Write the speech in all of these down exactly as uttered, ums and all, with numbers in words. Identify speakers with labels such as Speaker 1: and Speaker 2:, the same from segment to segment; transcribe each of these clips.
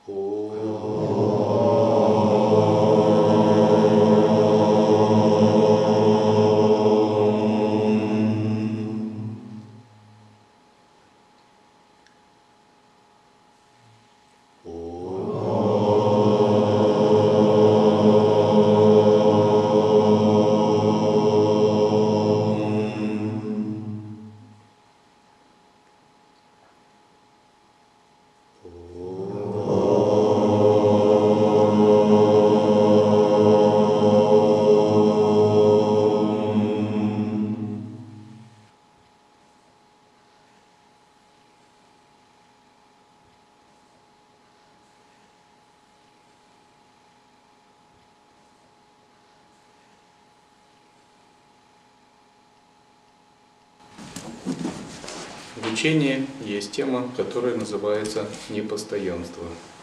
Speaker 1: В учении есть тема, которая называется непостоянство.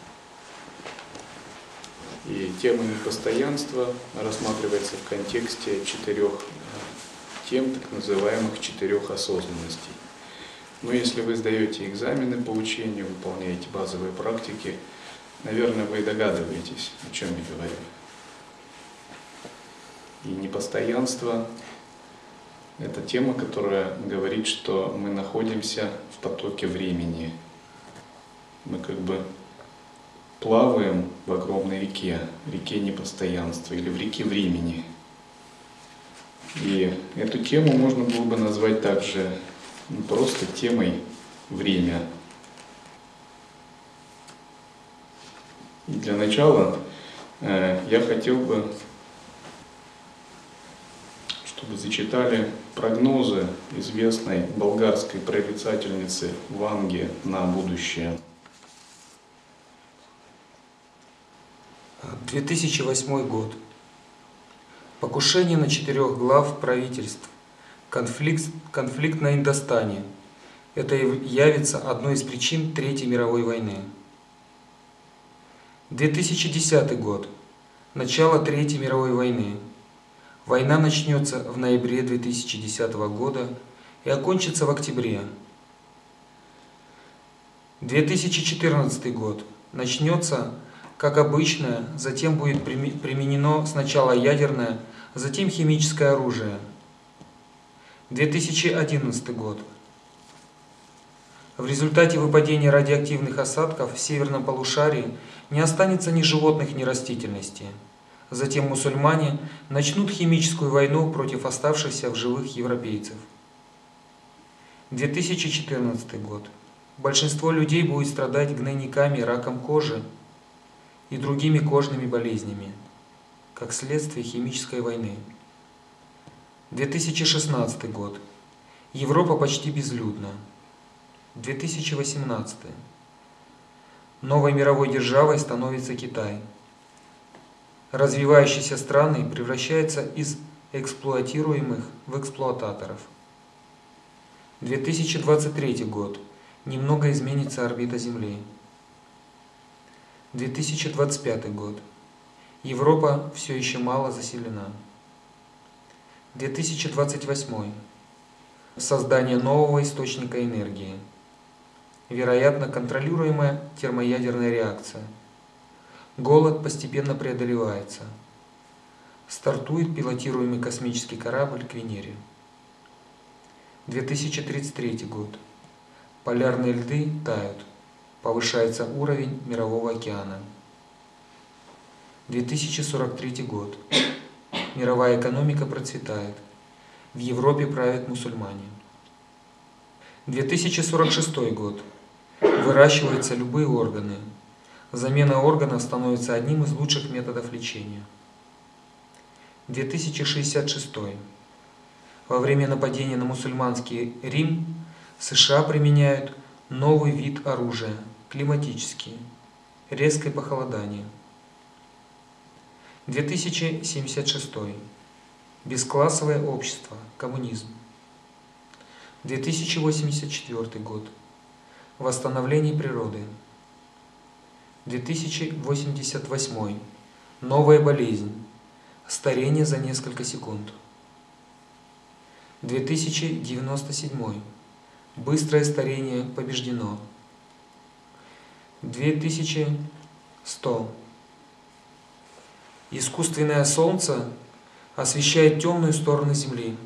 Speaker 1: И тема непостоянства рассматривается в контексте четырех тем, так называемых четырех осознанностей. Но если вы сдаете экзамены по учению, выполняете базовые практики, наверное, вы догадываетесь, о чем я говорю. И непостоянство – это тема, которая говорит, что мы находимся в потоке времени. Мы как бы плаваем в огромной реке, реке непостоянства или в реке времени. И эту тему можно было бы назвать также ну, просто темой «время». И для начала э, я хотел бы, чтобы зачитали прогнозы известной болгарской прорицательницы Ванги на будущее.
Speaker 2: две тысячи восьмой год. Покушение на четырех глав правительств. Конфликт, конфликт на Индостане. Это явится одной из причин Третьей мировой войны. две тысячи десятый год. Начало Третьей мировой войны. Война начнется в ноябре две тысячи десятого года и окончится в октябре. две тысячи четырнадцатый год. Начнется как обычное, затем будет применено сначала ядерное, затем химическое оружие. две тысячи одиннадцатый год. В результате выпадения радиоактивных осадков в северном полушарии не останется ни животных, ни растительности. Затем мусульмане начнут химическую войну против оставшихся в живых европейцев. две тысячи четырнадцатый год. Большинство людей будет страдать гнойниками, раком кожи и другими кожными болезнями, как следствие химической войны. две тысячи шестнадцатый год. Европа почти безлюдна. две тысячи восемнадцатый. Новой мировой державой становится Китай. Развивающиеся страны превращаются из эксплуатируемых в эксплуататоров. две тысячи двадцать третий год. Немного изменится орбита Земли. две тысячи двадцать пятый год. Европа все еще мало заселена. две тысячи двадцать восьмой. Создание нового источника энергии. Вероятно, контролируемая термоядерная реакция. Голод постепенно преодолевается. Стартует пилотируемый космический корабль к Венере. две тысячи тридцать третий год. Полярные льды тают. Повышается уровень Мирового океана. две тысячи сорок третий год. Мировая экономика процветает. В Европе правят мусульмане. две тысячи сорок шестой год. Выращиваются любые органы. Замена органов становится одним из лучших методов лечения. две тысячи шестьдесят шестой. Во время нападения на мусульманский Рим США применяют новый вид оружия – климатический, резкое похолодание. две тысячи семьдесят шестой. Бесклассовое общество, коммунизм. две тысячи восемьдесят четвёртый год. Восстановление природы. две тысячи восемьдесят восьмой. Новая болезнь. Старение за несколько секунд. две тысячи девяносто седьмой. Быстрое старение побеждено. две тысячи сто. Искусственное солнце освещает темную сторону Земли.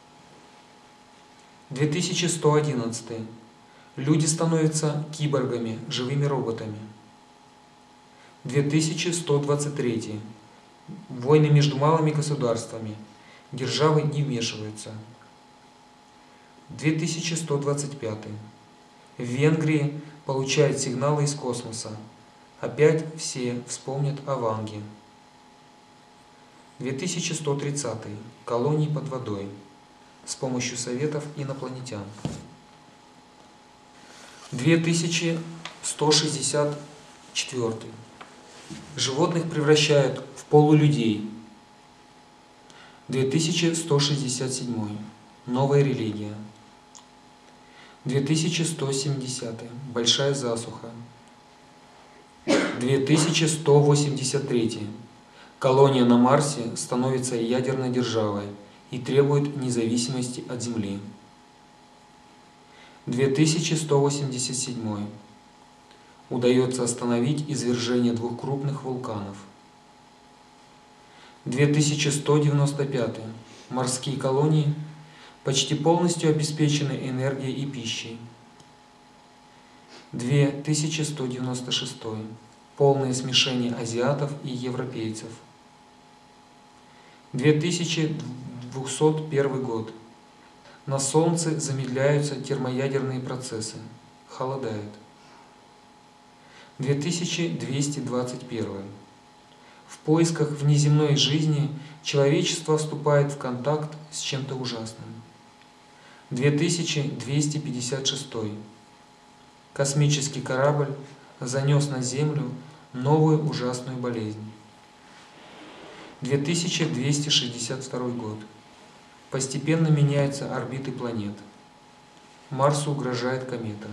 Speaker 2: две тысячи сто одиннадцатый. Люди становятся киборгами, живыми роботами. две тысячи сто двадцать третий. Войны между малыми государствами. Державы не вмешиваются. две тысячи сто двадцать пятый. В Венгрии получают сигналы из космоса. Опять все вспомнят о Ванге. две тысячи сто тридцатый. Колонии под водой. С помощью советов инопланетян. две тысячи сто шестьдесят четвёртый. Животных превращают в полулюдей. две тысячи сто шестьдесят седьмой. Новая религия. две тысячи сто семидесятый. Большая засуха. две тысячи сто восемьдесят третий. Колония на Марсе становится ядерной державой и требует независимости от Земли. две тысячи сто восемьдесят седьмой. Удается остановить извержение двух крупных вулканов. две тысячи сто девяносто пятый. Морские колонии почти полностью обеспечены энергией и пищей. две тысячи сто девяносто шестой. Полное смешение азиатов и европейцев. две тысячи двухсот первый год. На Солнце замедляются термоядерные процессы. Холодает. две тысячи двести двадцать первый. В поисках внеземной жизни человечество вступает в контакт с чем-то ужасным. две тысячи двести пятьдесят шестой. Космический корабль занес на Землю новую ужасную болезнь. две тысячи двести шестьдесят второй год. Постепенно меняются орбиты планет. Марсу угрожает комета.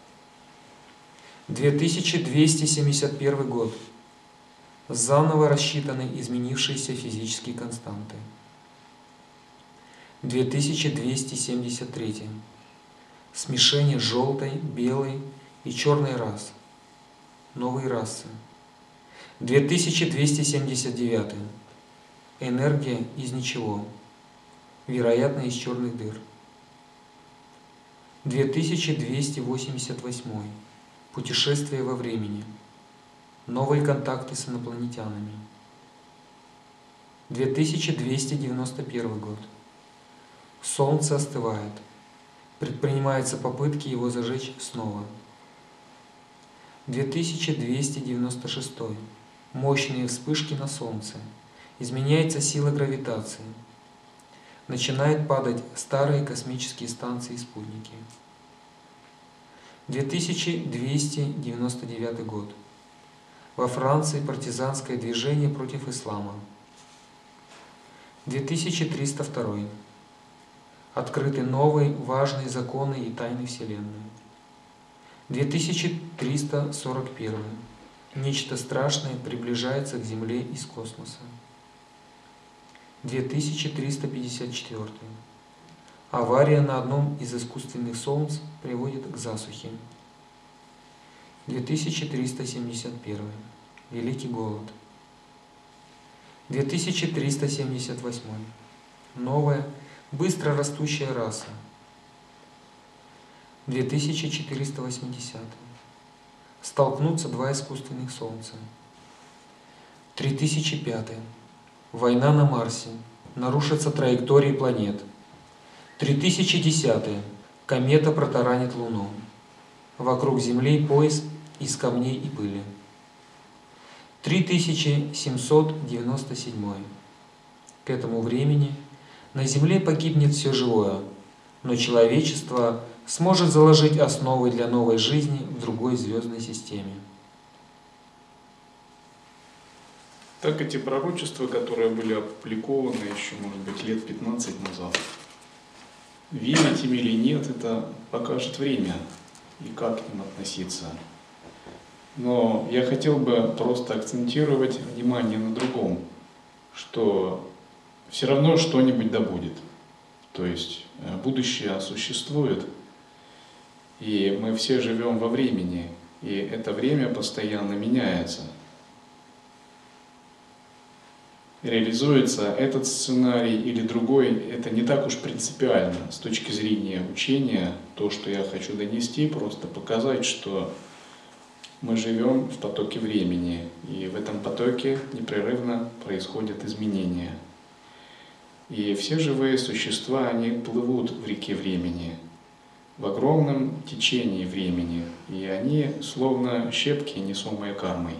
Speaker 2: две тысячи двести семьдесят первый год. Заново рассчитаны изменившиеся физические константы. две тысячи двести семьдесят третий. Смешение желтой, белой и черной рас. Новые расы. две тысячи двести семьдесят девятый. Энергия из ничего. Вероятно, из черных дыр. две тысячи двести восемьдесят восьмой. Путешествие во времени. Новые контакты с инопланетянами. две тысячи двести девяносто первый год. Солнце остывает. Предпринимаются попытки его зажечь снова. две тысячи двести девяносто шестой. Мощные вспышки на Солнце. Изменяется сила гравитации. Начинают падать старые космические станции и спутники. две тысячи двести девяносто девятый год. Во Франции партизанское движение против ислама. две тысячи триста второй. Открыты новые важные законы и тайны Вселенной. две тысячи триста сорок первый. Нечто страшное приближается к Земле из космоса. две тысячи триста пятьдесят четвёртый. Авария на одном из искусственных солнц приводит к засухе. две тысячи триста семьдесят первый. Великий голод. две тысячи триста семьдесят восьмой. Новая, быстро растущая раса. две тысячи четыреста восьмидесятый. Столкнутся два искусственных солнца. три тысячи пятый. Война на Марсе. Нарушатся траектории планет. три тысячи десятый. Комета протаранит Луну. Вокруг Земли пояс из камней и пыли. три тысячи семьсот девяносто седьмой. К этому времени на Земле погибнет все живое, но человечество сможет заложить основы для новой жизни в другой звездной системе.
Speaker 1: Так эти пророчества, которые были опубликованы еще, может быть, лет пятнадцать назад, верить им или нет, это покажет время и как к ним относиться. Но я хотел бы просто акцентировать внимание на другом, что все равно что-нибудь да будет. То есть будущее существует, и мы все живем во времени, и это время постоянно меняется. реализуется этот сценарий или другой, это не так уж принципиально с точки зрения учения. То, что я хочу донести, просто показать, что мы живем в потоке времени, и в этом потоке непрерывно происходят изменения. И все живые существа, они плывут в реке времени, в огромном течении времени, и они словно щепки, несомые кармой.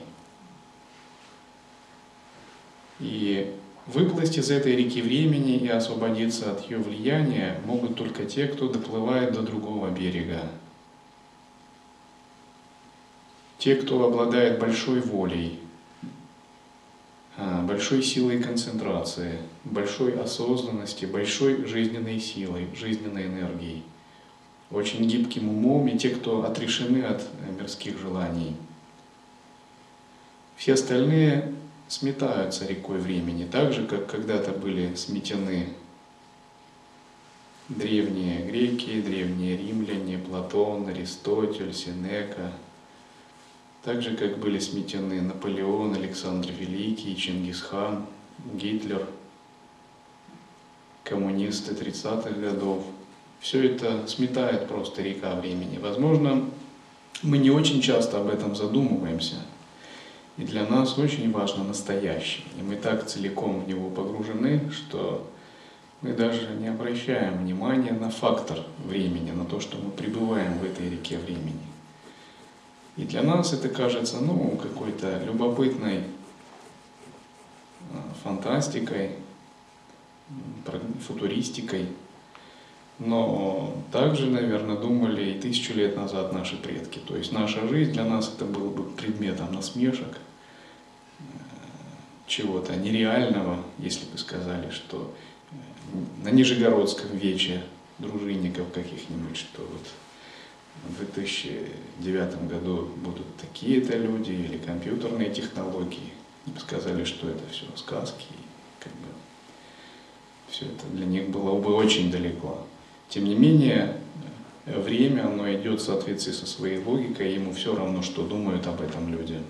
Speaker 1: И выплыть из этой реки времени и освободиться от ее влияния могут только те, кто доплывает до другого берега. Те, кто обладает большой волей, большой силой концентрации, большой осознанности, большой жизненной силой, жизненной энергией, очень гибким умом, и те, кто отрешены от мирских желаний. Все остальные сметаются рекой времени, так же, как когда-то были сметены древние греки, древние римляне, Платон, Аристотель, Сенека, так же, как были сметены Наполеон, Александр Великий, Чингисхан, Гитлер, коммунисты тридцатых годов. Все это сметает просто река времени. Возможно, мы не очень часто об этом задумываемся. И для нас очень важно настоящее. И мы так целиком в него погружены, что мы даже не обращаем внимания на фактор времени, на то, что мы пребываем в этой реке времени. И для нас это кажется, ну, какой-то любопытной фантастикой, футуристикой. Но также, наверное, думали и тысячу лет назад наши предки. То есть наша жизнь для нас это было бы предметом насмешек, чего-то нереального, если бы сказали, что на Нижегородском вече дружинников каких-нибудь, что вот в две тысячи девятом году будут такие-то люди или компьютерные технологии. Им сказали, что это все сказки, и как бы все это для них было бы очень далеко. Тем не менее, время, оно идет в соответствии со своей логикой, ему все равно, что думают об этом люди.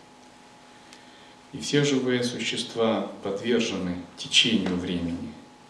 Speaker 1: И все живые существа подвержены течению времени.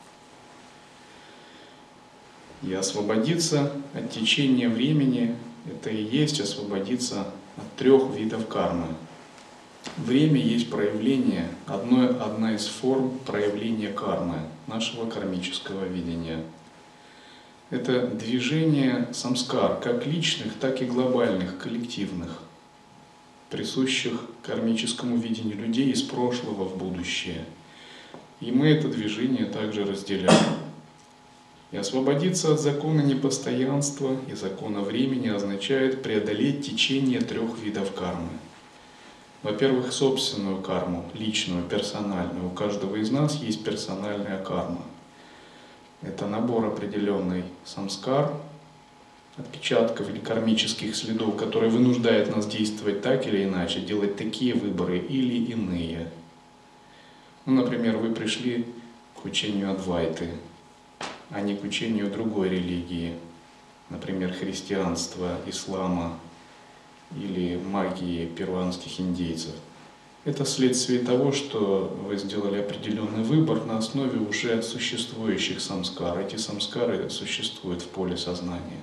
Speaker 1: И освободиться от течения времени – это и есть освободиться от трех видов кармы. Время есть проявление, одно, одна из форм проявления кармы, нашего кармического видения. Это движение самскар, как личных, так и глобальных, коллективных, присущих кармическому видению людей из прошлого в будущее. И мы это движение также разделяем. И освободиться от закона непостоянства и закона времени означает преодолеть течение трех видов кармы. Во-первых, собственную карму, личную, персональную. У каждого из нас есть персональная карма. Это набор определенный самскар, отпечатков или кармических следов, которые вынуждают нас действовать так или иначе, делать такие выборы или иные. Ну, например, вы пришли к учению Адвайты, а не к учению другой религии, например, христианства, ислама или магии перуанских индейцев. Это следствие того, что вы сделали определенный выбор на основе уже существующих самскар. Эти самскары существуют в поле сознания.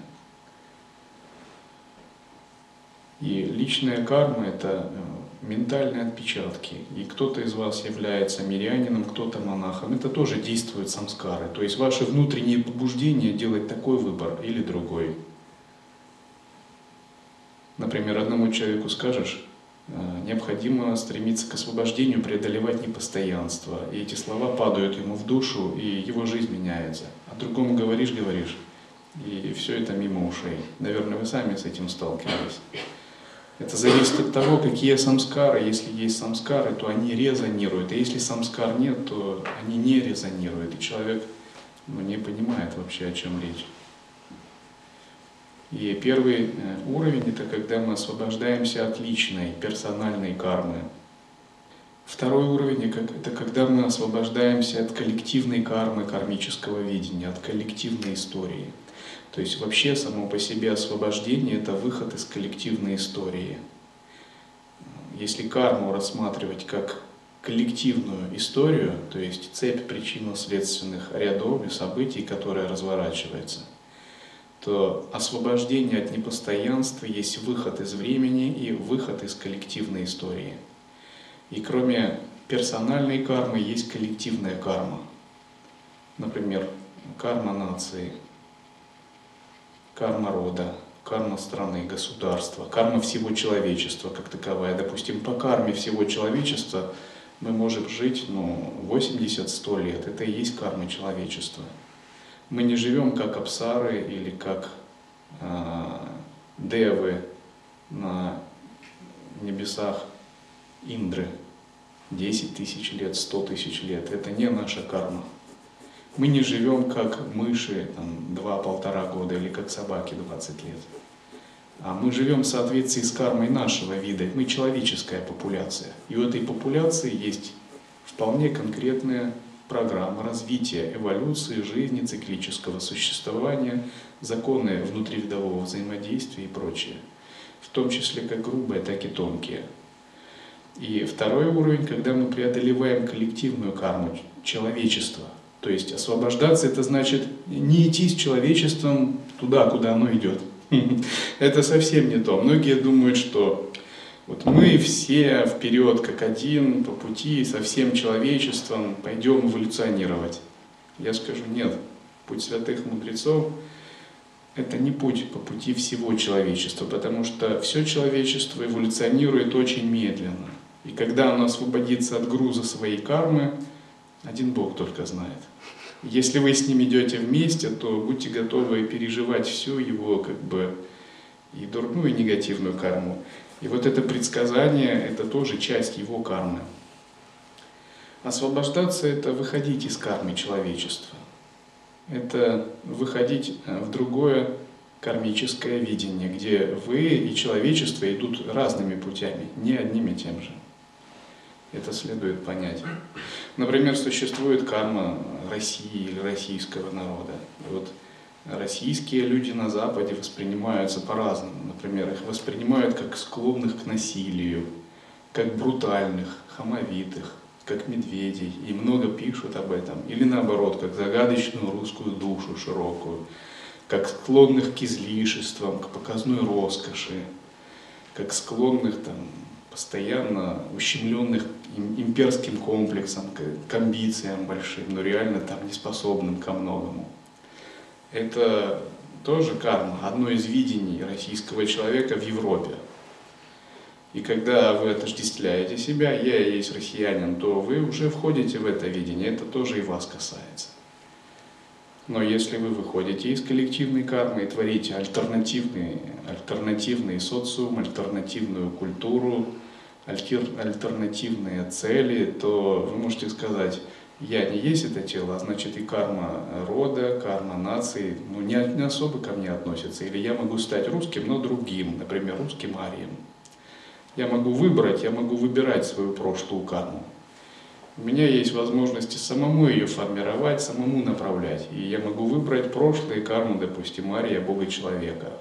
Speaker 1: И личная карма – это ментальные отпечатки. И кто-то из вас является мирянином, кто-то монахом. Это тоже действуют самскары. То есть ваши внутренние побуждения делать такой выбор или другой. Например, одному человеку скажешь, необходимо стремиться к освобождению, преодолевать непостоянство. И эти слова падают ему в душу, и его жизнь меняется. А другому говоришь, говоришь, и все это мимо ушей. Наверное, вы сами с этим сталкивались. Это зависит от того, какие самскары. Если есть самскары, то они резонируют. А если самскар нет, то они не резонируют. И человек ну, не понимает вообще, о чем речь. И первый уровень – это когда мы освобождаемся от личной, персональной кармы. Второй уровень – это когда мы освобождаемся от коллективной кармы, кармического видения, от коллективной истории. То есть вообще само по себе освобождение – это выход из коллективной истории. Если карму рассматривать как коллективную историю, то есть цепь причинно-следственных рядов и событий, которая разворачивается, то освобождение от непостоянства есть выход из времени и выход из коллективной истории. И кроме персональной кармы есть коллективная карма. Например, карма нации, карма рода, карма страны, государства, карма всего человечества как таковая. Допустим, по карме всего человечества мы можем жить ну, восемьдесят-сто лет. Это и есть карма человечества. Мы не живем как апсары или как э, девы на небесах Индры. десять тысяч лет, сто тысяч лет. Это не наша карма. Мы не живем как мыши там, два-полтора года или как собаки двадцать лет. А мы живем в соответствии с кармой нашего вида. Мы человеческая популяция. И у этой популяции есть вполне конкретная программа развития, эволюции, жизни, циклического существования, законы внутривидового взаимодействия и прочее. В том числе как грубые, так и тонкие. И второй уровень, когда мы преодолеваем коллективную карму человечества. То есть освобождаться — это значит не идти с человечеством туда, куда оно идет. Это совсем не то. Многие думают, что вот мы все вперед как один по пути со всем человечеством пойдем эволюционировать. Я скажу, нет. Путь святых мудрецов — это не путь по пути всего человечества, потому что все человечество эволюционирует очень медленно. И когда оно освободится от груза своей кармы, один Бог только знает. Если вы с ним идете вместе, то будьте готовы переживать всю его как бы и дурную, и негативную карму. И вот это предсказание — это тоже часть его кармы. Освобождаться — это выходить из кармы человечества. Это выходить в другое кармическое видение, где вы и человечество идут разными путями, не одним и тем же. Это следует понять. Например, существует карма России или российского народа. И вот российские люди на Западе воспринимаются по-разному. Например, их воспринимают как склонных к насилию, как брутальных, хамовитых, как медведей. И много пишут об этом. Или наоборот, как загадочную русскую душу широкую, как склонных к излишествам, к показной роскоши, как склонных там, постоянно ущемленных имперским комплексом, к амбициям большим, но реально там не способным ко многому. Это тоже карма, одно из видений российского человека в Европе. И когда вы отождествляете себя, я и есть россиянин, то вы уже входите в это видение, это тоже и вас касается. Но если вы выходите из коллективной кармы и творите альтернативный, альтернативный социум, альтернативную культуру, альтер, альтернативные цели, то вы можете сказать, я не есть это тело, а значит и карма рода, карма нации ну, не, не особо ко мне относится. Или я могу стать русским, но другим, например, русским арием. Я могу выбрать, я могу выбирать свою прошлую карму. У меня есть возможности самому ее формировать, самому направлять. И я могу выбрать прошлые карму, допустим, ария, Бога-человека.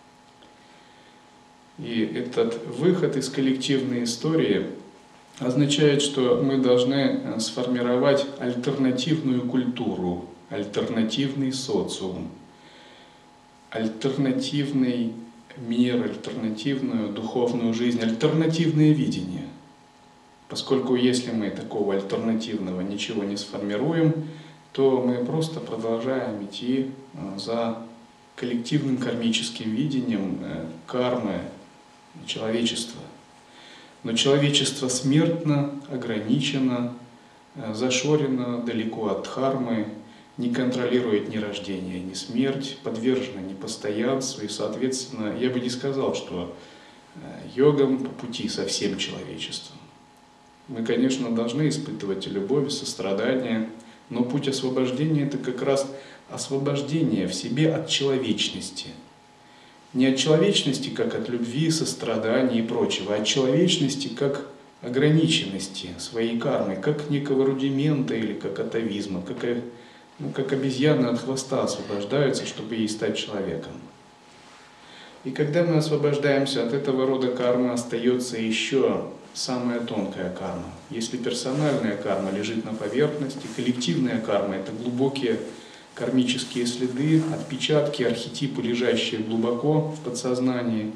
Speaker 1: И этот выход из коллективной истории означает, что мы должны сформировать альтернативную культуру, альтернативный социум, альтернативный мир, альтернативную духовную жизнь, альтернативное видение. Поскольку если мы такого альтернативного ничего не сформируем, то мы просто продолжаем идти за коллективным кармическим видением кармы человечества. Но человечество смертно, ограничено, зашорено далеко от дхармы, не контролирует ни рождение, ни смерть, подвержено непостоянству, и, соответственно, я бы не сказал, что йогам по пути со всем человечеством. Мы, конечно, должны испытывать любовь, сострадание, но путь освобождения — это как раз освобождение в себе от человечности. Не от человечности, как от любви, сострадания и прочего, а от человечности, как ограниченности своей кармы, как некого рудимента или как атовизма, как, ну, как обезьяна от хвоста освобождается, чтобы ей стать человеком. И когда мы освобождаемся от этого рода кармы, остается еще самая тонкая карма. Если персональная карма лежит на поверхности, коллективная карма – это глубокие кармические следы, отпечатки, архетипы, лежащие глубоко в подсознании,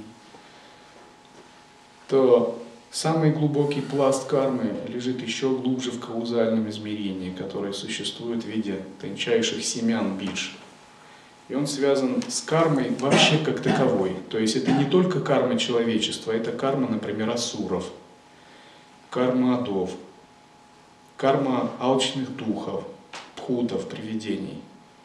Speaker 1: то самый глубокий пласт кармы лежит еще глубже в каузальном измерении, которое существует в виде тончайших семян бидж. И он связан с кармой вообще как таковой. То есть это не только карма человечества, это карма, например, асуров, карма адов, карма алчных духов, пхутов, привидений,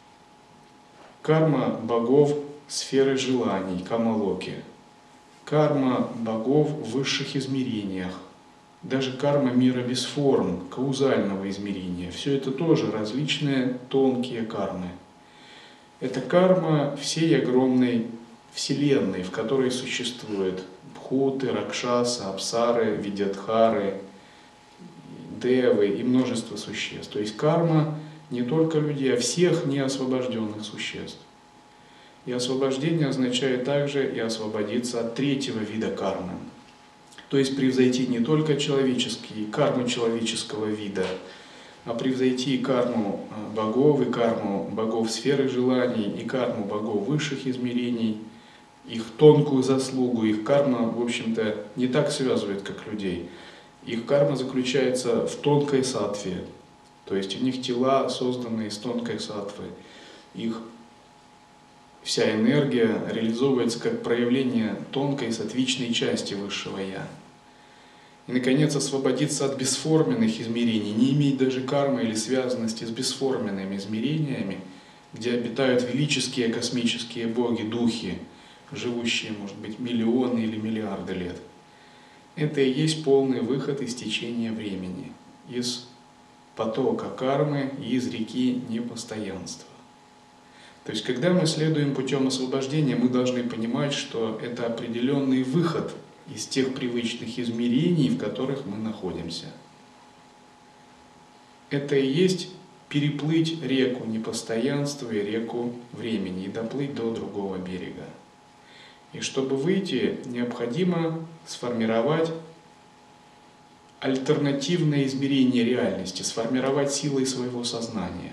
Speaker 1: карма богов сферы желаний, камалоки, карма богов в высших измерениях, даже карма мира без форм, каузального измерения. Все это тоже различные тонкие кармы. Это карма всей огромной вселенной, в которой существуют бхуты, ракшасы, апсары, видьядхары, девы и множество существ. То есть карма не только людей, а всех неосвобожденных существ. И освобождение означает также и освободиться от третьего вида кармы. То есть превзойти не только человеческие, карму человеческого вида, а превзойти карму богов и карму богов сферы желаний и карму богов высших измерений, их тонкую заслугу. Их карма, в общем-то, не так связывает, как людей. Их карма заключается в тонкой саттве, то есть у них тела созданы из тонкой саттвы. Их вся энергия реализовывается как проявление тонкой саттвичной части высшего Я. И, наконец, освободиться от бесформенных измерений, не иметь даже кармы или связанности с бесформенными измерениями, где обитают велические космические боги, духи, живущие, может быть, миллионы или миллиарды лет. Это и есть полный выход из течения времени, из потока кармы и из реки непостоянства. То есть, когда мы следуем путем освобождения, мы должны понимать, что это определенный выход из тех привычных измерений, в которых мы находимся. Это и есть переплыть реку непостоянства и реку времени и доплыть до другого берега. И чтобы выйти, необходимо сформировать альтернативное измерение реальности, сформировать силой своего сознания.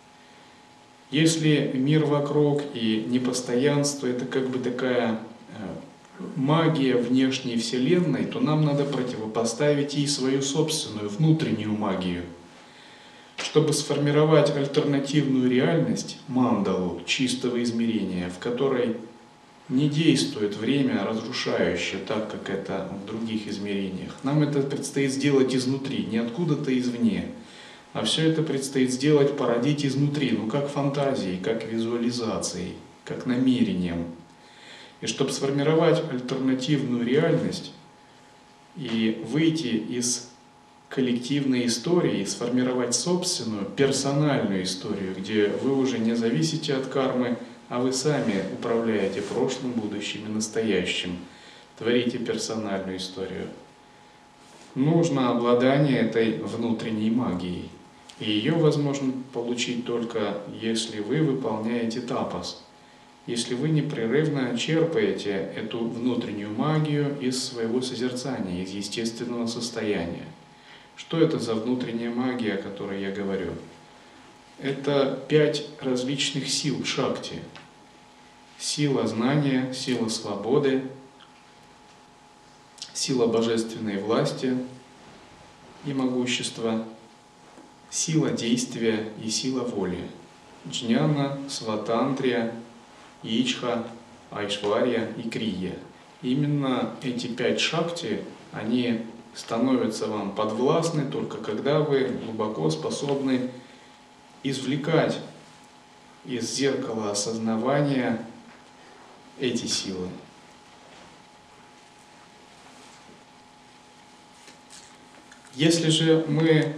Speaker 1: Если мир вокруг и непостоянство – это как бы такая магия внешней Вселенной, то нам надо противопоставить ей свою собственную внутреннюю магию. Чтобы сформировать альтернативную реальность, мандалу, чистого измерения, в которой не действует время разрушающее, так как это в других измерениях, нам это предстоит сделать изнутри, не откуда-то извне. А все это предстоит сделать, породить изнутри, ну как фантазией, как визуализацией, как намерением. И чтобы сформировать альтернативную реальность и выйти из коллективной истории, и сформировать собственную персональную историю, где вы уже не зависите от кармы, а вы сами управляете прошлым, будущим и настоящим, творите персональную историю, нужно обладание этой внутренней магией. И ее возможно получить только если вы выполняете тапас, если вы непрерывно черпаете эту внутреннюю магию из своего созерцания, из естественного состояния. Что это за внутренняя магия, о которой я говорю? Это пять различных сил шакти. Сила знания, сила свободы, сила божественной власти и могущества, сила действия и сила воли. Джняна, сватантрия, ичха, айшварья и крия. Именно эти пять шакти, они становятся вам подвластны только когда вы глубоко способны извлекать из зеркала осознавания эти силы. Если же мы,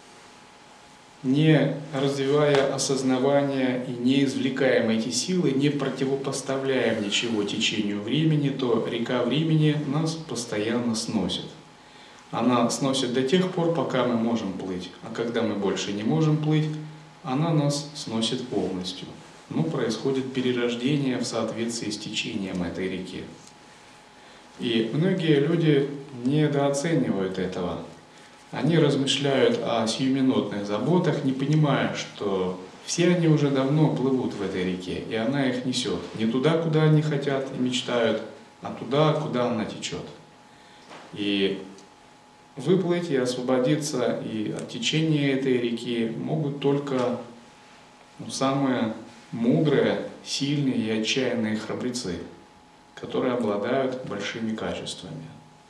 Speaker 1: не развивая осознавание и не извлекаем эти силы, не противопоставляем ничего течению времени, то река времени нас постоянно сносит. Она сносит до тех пор, пока мы можем плыть, а когда мы больше не можем плыть, она нас сносит полностью. ну, происходит перерождение в соответствии с течением этой реки. И многие люди недооценивают этого. Они размышляют о сиюминутных заботах, не понимая, что все они уже давно плывут в этой реке, и она их несет. Не туда, куда они хотят и мечтают, а туда, куда она течет. И выплыть и освободиться и от течения этой реки могут только ну, самые мудрые, сильные и отчаянные храбрецы, которые обладают большими качествами.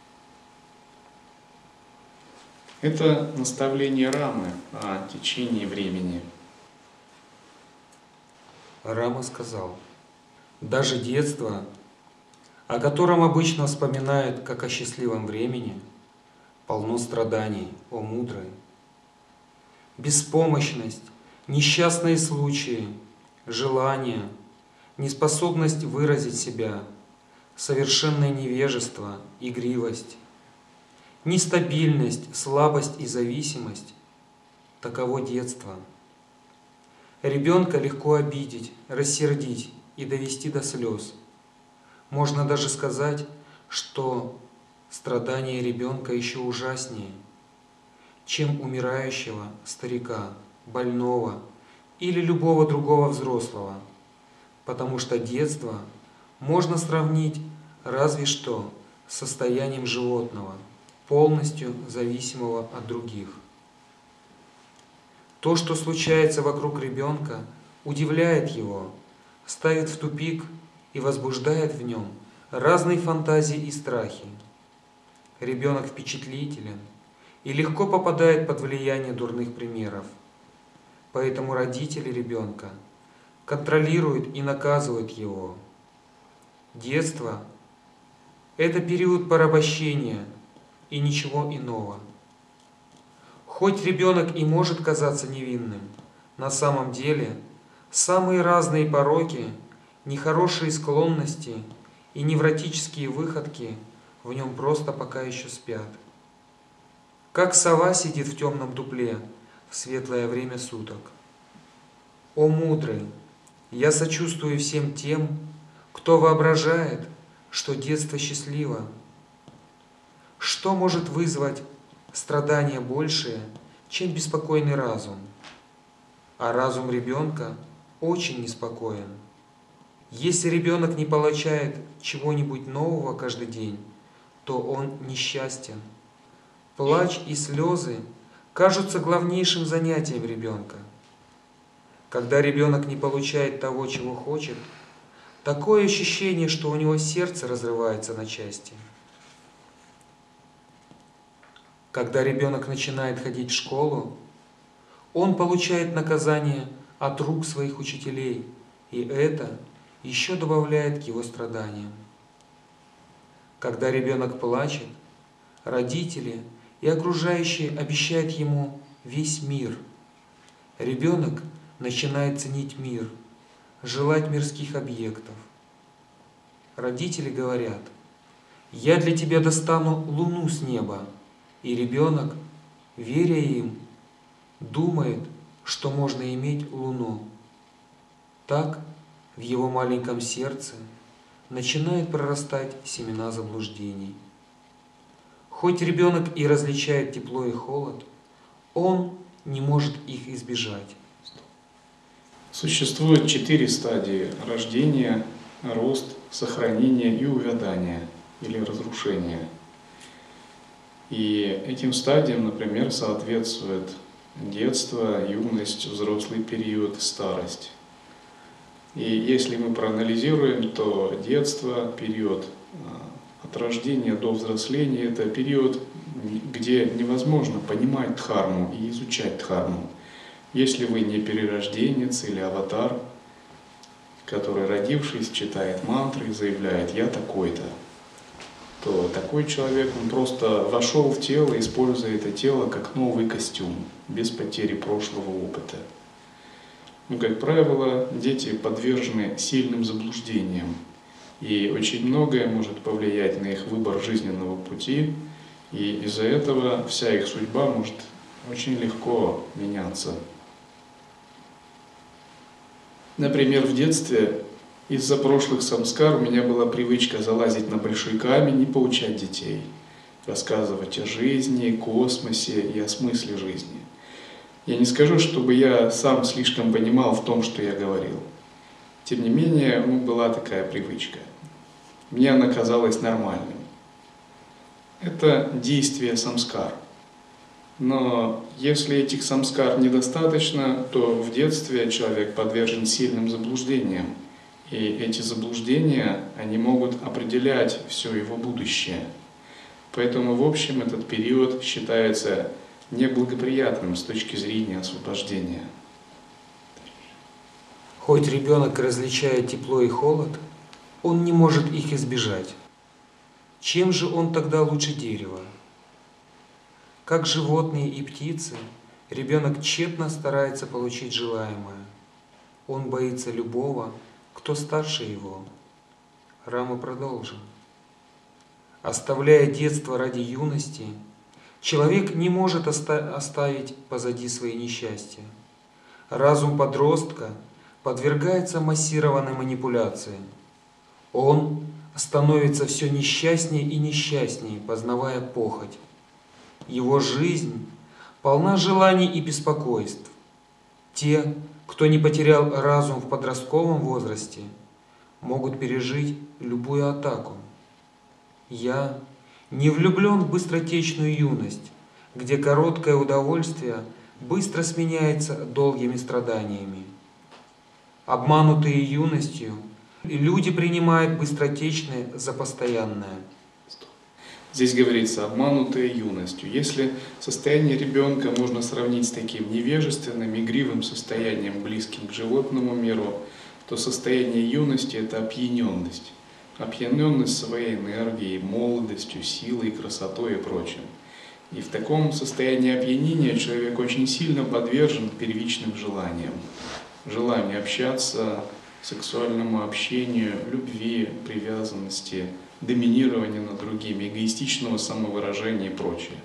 Speaker 1: Это наставление Рамы о течении времени.
Speaker 2: Рама сказал: даже детство, о котором обычно вспоминают как о счастливом времени, полно страданий, о мудрой. Беспомощность, несчастные случаи, желание, неспособность выразить себя, совершенное невежество, игривость, нестабильность, слабость и зависимость – таково детство. Ребенка легко обидеть, рассердить и довести до слез. Можно даже сказать, что страдания ребенка еще ужаснее, чем умирающего старика, больного или любого другого взрослого, потому что детство можно сравнить разве что с состоянием животного, полностью зависимого от других. То, что случается вокруг ребенка, удивляет его, ставит в тупик и возбуждает в нем разные фантазии и страхи. Ребенок впечатлителен и легко попадает под влияние дурных примеров. Поэтому родители ребенка контролируют и наказывают его. Детство – это период порабощения и ничего иного. Хоть ребенок и может казаться невинным, на самом деле самые разные пороки, нехорошие склонности и невротические выходки в нем просто пока еще спят. Как сова сидит в темном дупле в светлое время суток. О мудрый, я сочувствую всем тем, кто воображает, что детство счастливо. Что может вызвать страдания большие, чем беспокойный разум? А разум ребенка очень неспокоен. Если ребенок не получает чего-нибудь нового каждый день, то он несчастен. Плач и слезы кажутся главнейшим занятием ребенка. Когда ребенок не получает того, чего хочет, такое ощущение, что у него сердце разрывается на части. Когда ребенок начинает ходить в школу, он получает наказание от рук своих учителей, и это еще добавляет к его страданиям. Когда ребенок плачет, родители и окружающие обещают ему весь мир. Ребенок начинает ценить мир, желать мирских объектов. Родители говорят: «Я для тебя достану луну с неба», и ребенок, веря им, думает, что можно иметь луну. Так в его маленьком сердце начинают прорастать семена заблуждений. Хоть ребенок и различает тепло и холод, он не может их избежать.
Speaker 1: Существует четыре стадии: рождение, рост, сохранение и увядание или разрушение. И этим стадиям, например, соответствует детство, юность, взрослый период, старость. И если мы проанализируем, то детство, период от рождения до взросления – это период, где невозможно понимать дхарму и изучать дхарму. Если вы не перерожденец или аватар, который, родившись, читает мантры и заявляет «я такой-то», то такой человек, он просто вошел в тело, используя это тело как новый костюм, без потери прошлого опыта. Ну, как правило, дети подвержены сильным заблуждениям, и очень многое может повлиять на их выбор жизненного пути, и из-за этого вся их судьба может очень легко меняться. Например, в детстве из-за прошлых самскар у меня была привычка залазить на большой камень и поучать детей, рассказывать о жизни, космосе и о смысле жизни. Я не скажу, чтобы я сам слишком понимал в том, что я говорил. Тем не менее, ну, была такая привычка. Мне она казалась нормальным. Это действие самскар. Но если этих самскар недостаточно, то в детстве человек подвержен сильным заблуждениям. И эти заблуждения, они могут определять все его будущее. Поэтому, в общем, этот период считается неблагоприятным с точки зрения освобождения.
Speaker 2: Хоть ребенок различает тепло и холод, он не может их избежать. Чем же он тогда лучше дерева? Как животные и птицы, ребенок тщетно старается получить желаемое. Он боится любого, кто старше его. Рама продолжил. Оставляя детство ради юности, человек не может оста- оставить позади свои несчастья. Разум подростка подвергается массированной манипуляции. Он становится все несчастнее и несчастнее, познавая похоть. Его жизнь полна желаний и беспокойств. Те, кто не потерял разум в подростковом возрасте, могут пережить любую атаку. Я не влюблен в быстротечную юность, где короткое удовольствие быстро сменяется долгими страданиями. Обманутые юностью, люди принимают быстротечное за постоянное.
Speaker 1: Здесь говорится обманутые юностью. Если состояние ребенка можно сравнить с таким невежественным, игривым состоянием, близким к животному миру, то состояние юности – это опьяненность. Опьяненность своей энергией, молодостью, силой, красотой и прочим. И в таком состоянии опьянения человек очень сильно подвержен первичным желаниям. Желанию общаться, сексуальному общению, любви, привязанности, доминированию над другими, эгоистичного самовыражения и прочее.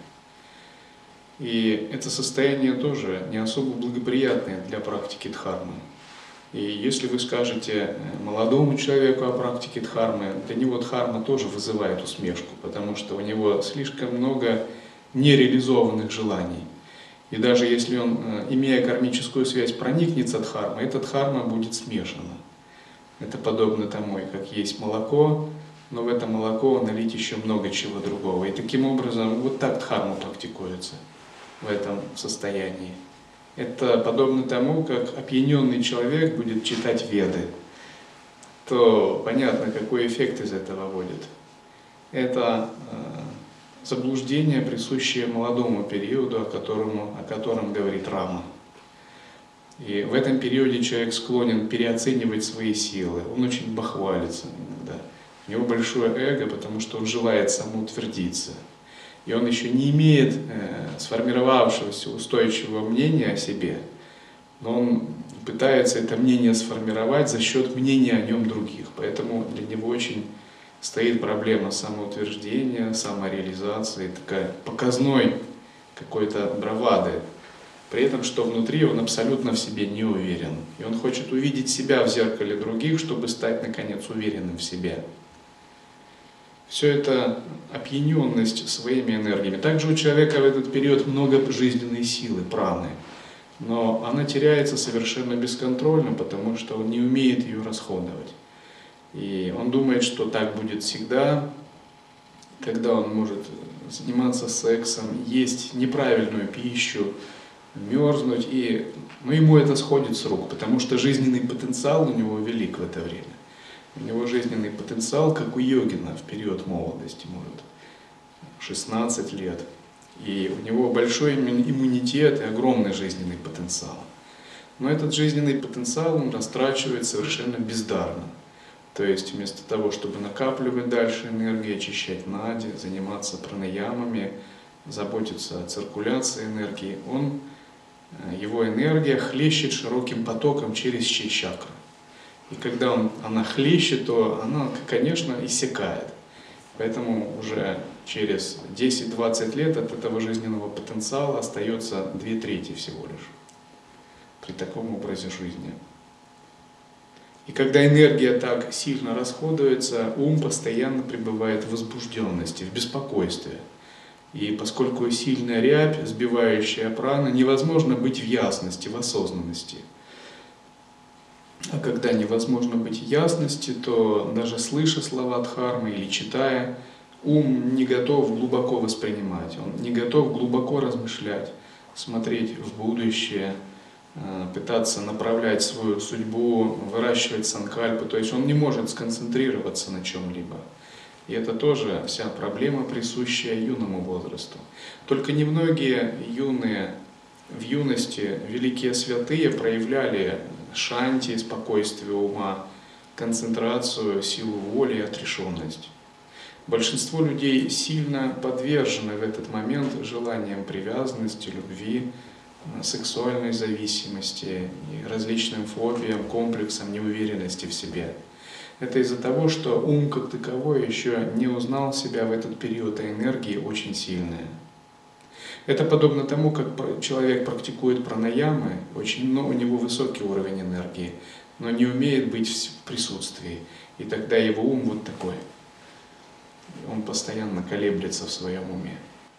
Speaker 1: И это состояние тоже не особо благоприятное для практики дхармы. И если вы скажете молодому человеку о практике дхармы, для него дхарма тоже вызывает усмешку, потому что у него слишком много нереализованных желаний. И даже если он, имея кармическую связь, проникнется дхармой, эта дхарма будет смешана. Это подобно тому, как есть молоко, но в это молоко налить еще много чего другого. И таким образом вот так дхарма практикуется в этом состоянии. Это подобно тому, как опьяненный человек будет читать Веды. То понятно, какой эффект из этого будет. Это э, заблуждение, присущее молодому периоду, о котором, о котором говорит Рама. И в этом периоде человек склонен переоценивать свои силы. Он очень бахвалится иногда. У него большое эго, потому что он желает самоутвердиться. И он еще не имеет э, сформировавшегося устойчивого мнения о себе, но он пытается это мнение сформировать за счет мнения о нем других. Поэтому для него очень стоит проблема самоутверждения, самореализации, такая показной какой-то бравады. При этом, что внутри он абсолютно в себе не уверен. И он хочет увидеть себя в зеркале других, чтобы стать, наконец, уверенным в себе. Все это опьяненность своими энергиями. Также у человека в этот период много жизненной силы, праны. Но она теряется совершенно бесконтрольно, потому что он не умеет ее расходовать. И он думает, что так будет всегда, когда он может заниматься сексом, есть неправильную пищу, мерзнуть, и, ну, ему это сходит с рук, потому что жизненный потенциал у него велик в это время. У него жизненный потенциал, как у йогина в период молодости, может, шестнадцать лет. И у него большой иммунитет и огромный жизненный потенциал. Но этот жизненный потенциал он растрачивает совершенно бездарно. То есть вместо того, чтобы накапливать дальше энергию, очищать нади, заниматься пранаямами, заботиться о циркуляции энергии, он, его энергия хлещет широким потоком через чакры. И когда он, она хлещет, то она, конечно, иссякает. Поэтому уже через десять-двадцать лет от этого жизненного потенциала остается две трети всего лишь при таком образе жизни. И когда энергия так сильно расходуется, ум постоянно пребывает в возбужденности, в беспокойстве. И поскольку сильная рябь, сбивающая праны, невозможно быть в ясности, в осознанности. А когда невозможно быть в ясности, то даже слыша слова дхармы или читая, ум не готов глубоко воспринимать, он не готов глубоко размышлять, смотреть в будущее, пытаться направлять свою судьбу, выращивать санкальпы, то есть он не может сконцентрироваться на чем-либо. И это тоже вся проблема, присущая юному возрасту. Только немногие юные в юности великие святые проявляли шанти, спокойствие ума, концентрацию, силу воли и отрешенность. Большинство людей сильно подвержены в этот момент желаниям привязанности, любви, сексуальной зависимости, и различным фобиям, комплексам неуверенности в себе. Это из-за того, что ум как таковой еще не узнал себя в этот период, а энергии очень сильные. Это подобно тому, как человек практикует пранаямы, очень, но у него высокий уровень энергии, но не умеет быть в присутствии. И тогда его ум вот такой. Он постоянно колеблется в своем уме.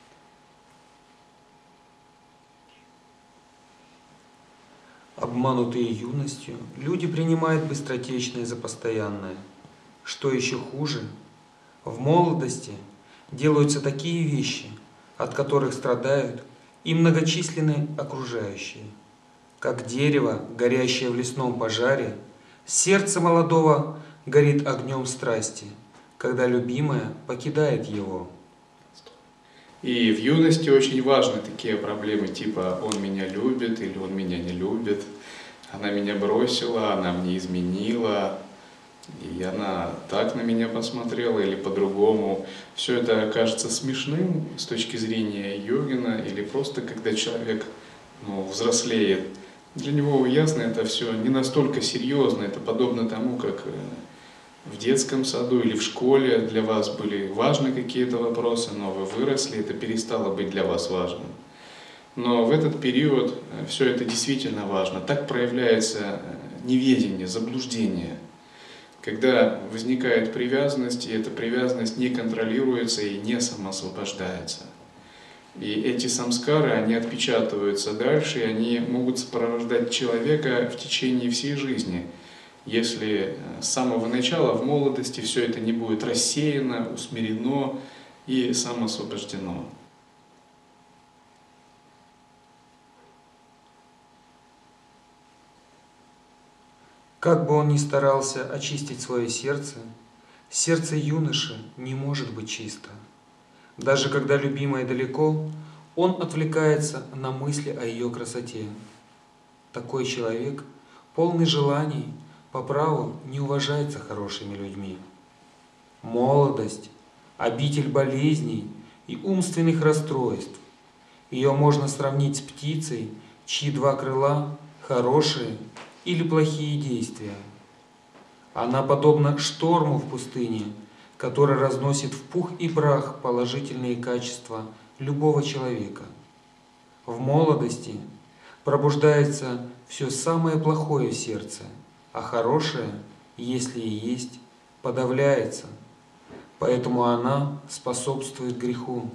Speaker 2: Обманутые юностью, люди принимают быстротечное за постоянное. Что еще хуже, в молодости делаются такие вещи, от которых страдают и многочисленные окружающие. Как дерево, горящее в лесном пожаре, сердце молодого горит огнем страсти, когда любимая покидает его.
Speaker 1: И в юности очень важны такие проблемы, типа «он меня любит» или «он меня не любит», «она меня бросила», «она мне изменила», и она так на меня посмотрела или по-другому. Все это кажется смешным с точки зрения йогина или просто когда человек ну, взрослеет. Для него ясно, это все не настолько серьезно, это подобно тому, как в детском саду или в школе для вас были важны какие-то вопросы, но вы выросли, это перестало быть для вас важным. Но в этот период все это действительно важно. Так проявляется неведение, заблуждение. Когда возникает привязанность, и эта привязанность не контролируется и не самоосвобождается. И эти самскары, они отпечатываются дальше, и они могут сопровождать человека в течение всей жизни. Если с самого начала, в молодости, все это не будет рассеяно, усмирено и самоосвобождено.
Speaker 2: Как бы он ни старался очистить свое сердце, сердце юноши не может быть чисто. Даже когда любимая далеко, он отвлекается на мысли о ее красоте. Такой человек, полный желаний, по праву не уважается хорошими людьми. Молодость – обитель болезней и умственных расстройств. Ее можно сравнить с птицей, чьи два крыла – хорошие или плохие действия. Она подобна шторму в пустыне, который разносит в пух и прах положительные качества любого человека. В молодости пробуждается все самое плохое в сердце, а хорошее, если и есть, подавляется. Поэтому она способствует греху.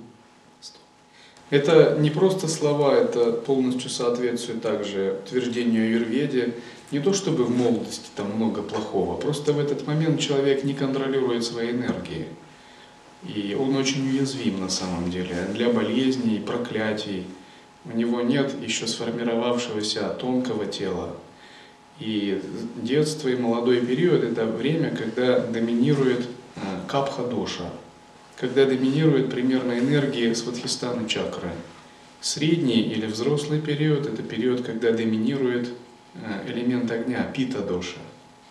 Speaker 1: Это не просто слова, это полностью соответствует также утверждению аюрведы. Не то чтобы в молодости там много плохого, просто в этот момент человек не контролирует свои энергии. И он очень уязвим на самом деле для болезней, проклятий. У него нет еще сформировавшегося тонкого тела. И детство и молодой период – это время, когда доминирует капха-доша, когда доминирует примерно энергии свадхистхана чакры. Средний или взрослый период – это период, когда доминирует элемент огня, пита-доша.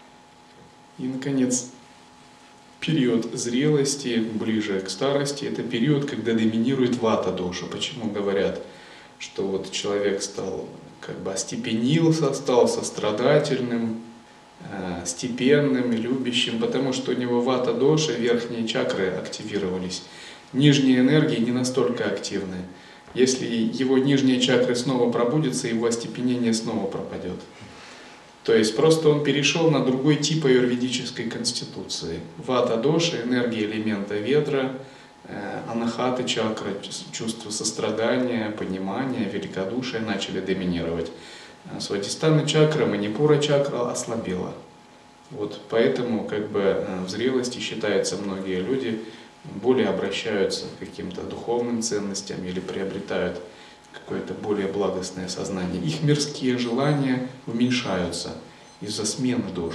Speaker 1: И, наконец, период зрелости, ближе к старости – это период, когда доминирует вата-доша. Почему говорят, что вот человек стал, как бы остепенился, стал сострадательным, степенным, любящим, потому что у него вата-доша, верхние чакры активировались. Нижние энергии не настолько активны. Если его нижние чакры снова пробудятся, его остепенение снова пропадет. То есть просто он перешел на другой тип аюрведической конституции. Вата доша, энергия элемента ветра, анахаты чакра, чувство сострадания, понимания, великодушия начали доминировать. Свадхистхана чакра, манипура чакра ослабела. Вот поэтому как бы в зрелости, считается, многие люди более обращаются к каким-то духовным ценностям или приобретают какое-то более благостное сознание. Их мирские желания уменьшаются из-за смены душ.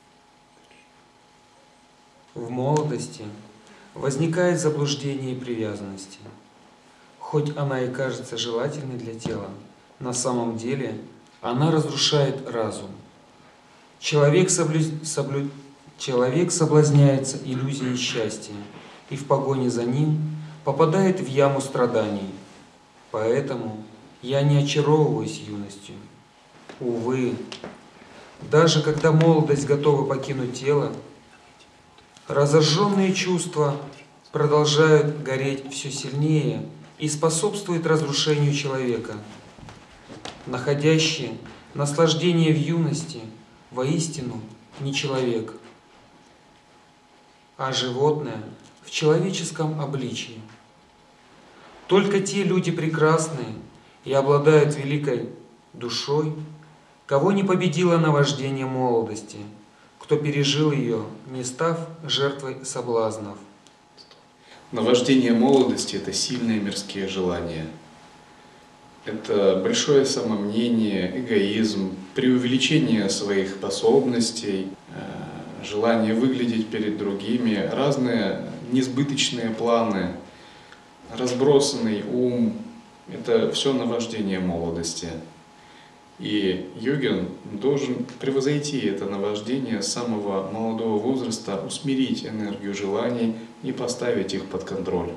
Speaker 2: В молодости возникает заблуждение и привязанности. Хоть она и кажется желательной для тела, на самом деле она разрушает разум. Человек, соблю... Соблю... Человек соблазняется иллюзией счастья и в погоне за ним попадает в яму страданий. Поэтому я не очаровываюсь юностью. Увы, даже когда молодость готова покинуть тело, разожженные чувства продолжают гореть все сильнее и способствуют разрушению человека. Находящий наслаждение в юности воистину не человек, а животное в человеческом обличии. Только те люди прекрасные и обладают великой душой, кого не победило наваждение молодости, кто пережил ее, не став жертвой соблазнов.
Speaker 1: Наваждение молодости – это сильные мирские желания. Это большое самомнение, эгоизм, преувеличение своих способностей, желание выглядеть перед другими, разные несбыточные планы, разбросанный ум – это все наваждение молодости. И йогин должен превзойти это наваждение с самого молодого возраста, усмирить энергию желаний и поставить их под контроль.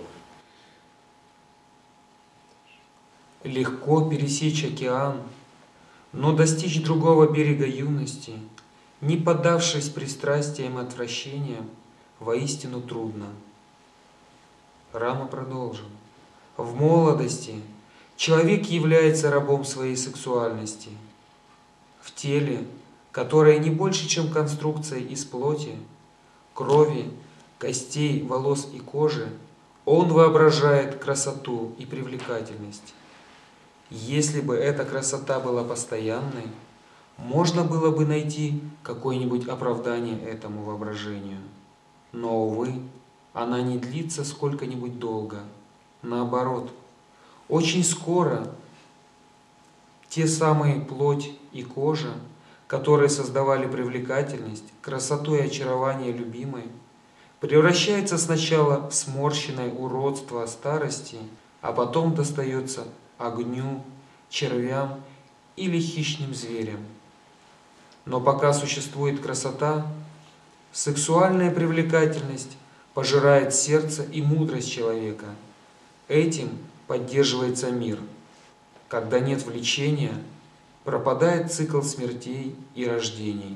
Speaker 2: Легко пересечь океан, но достичь другого берега юности, не поддавшись пристрастиям и отвращениям, воистину трудно. Рама продолжил. В молодости человек является рабом своей сексуальности. В теле, которое не больше, чем конструкция из плоти, крови, костей, волос и кожи, он воображает красоту и привлекательность. Если бы эта красота была постоянной, можно было бы найти какое-нибудь оправдание этому воображению. Но, увы, она не длится сколько-нибудь долго. Наоборот, очень скоро те самые плоть и кожа, которые создавали привлекательность, красоту и очарование любимой, превращается сначала в сморщенное уродство старости, а потом достается огню, червям или хищным зверям. Но пока существует красота, сексуальная привлекательность пожирает сердце и мудрость человека. Этим поддерживается мир. Когда нет влечения, пропадает цикл смертей и рождений.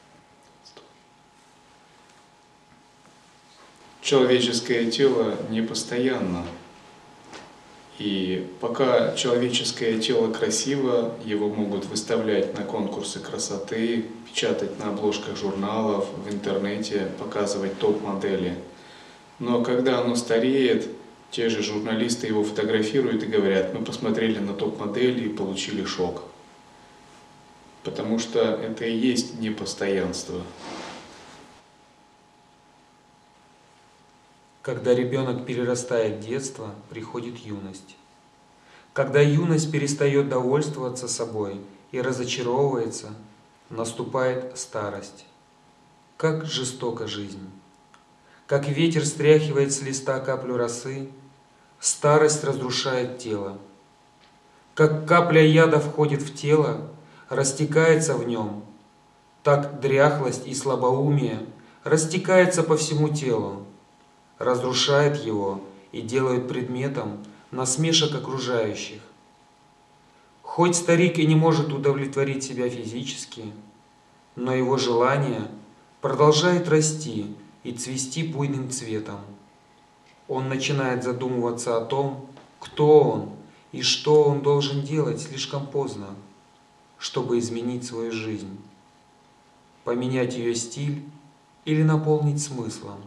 Speaker 1: Человеческое тело непостоянно. И пока человеческое тело красиво, его могут выставлять на конкурсы красоты, печатать на обложках журналов, в интернете, показывать топ-модели. Но когда оно стареет, те же журналисты его фотографируют и говорят: мы посмотрели на топ-модели и получили шок. Потому что это и есть непостоянство.
Speaker 2: Когда ребенок перерастает детство, приходит юность. Когда юность перестает довольствоваться собой и разочаровывается, наступает старость. Как жестока жизнь! Как ветер стряхивает с листа каплю росы, старость разрушает тело. Как капля яда входит в тело, растекается в нем, так дряхлость и слабоумие растекается по всему телу, разрушает его и делает предметом насмешек окружающих. Хоть старик и не может удовлетворить себя физически, но его желание продолжает расти и цвести буйным цветом. Он начинает задумываться о том, кто он и что он должен делать слишком поздно, чтобы изменить свою жизнь. поменять ее стиль или наполнить смыслом?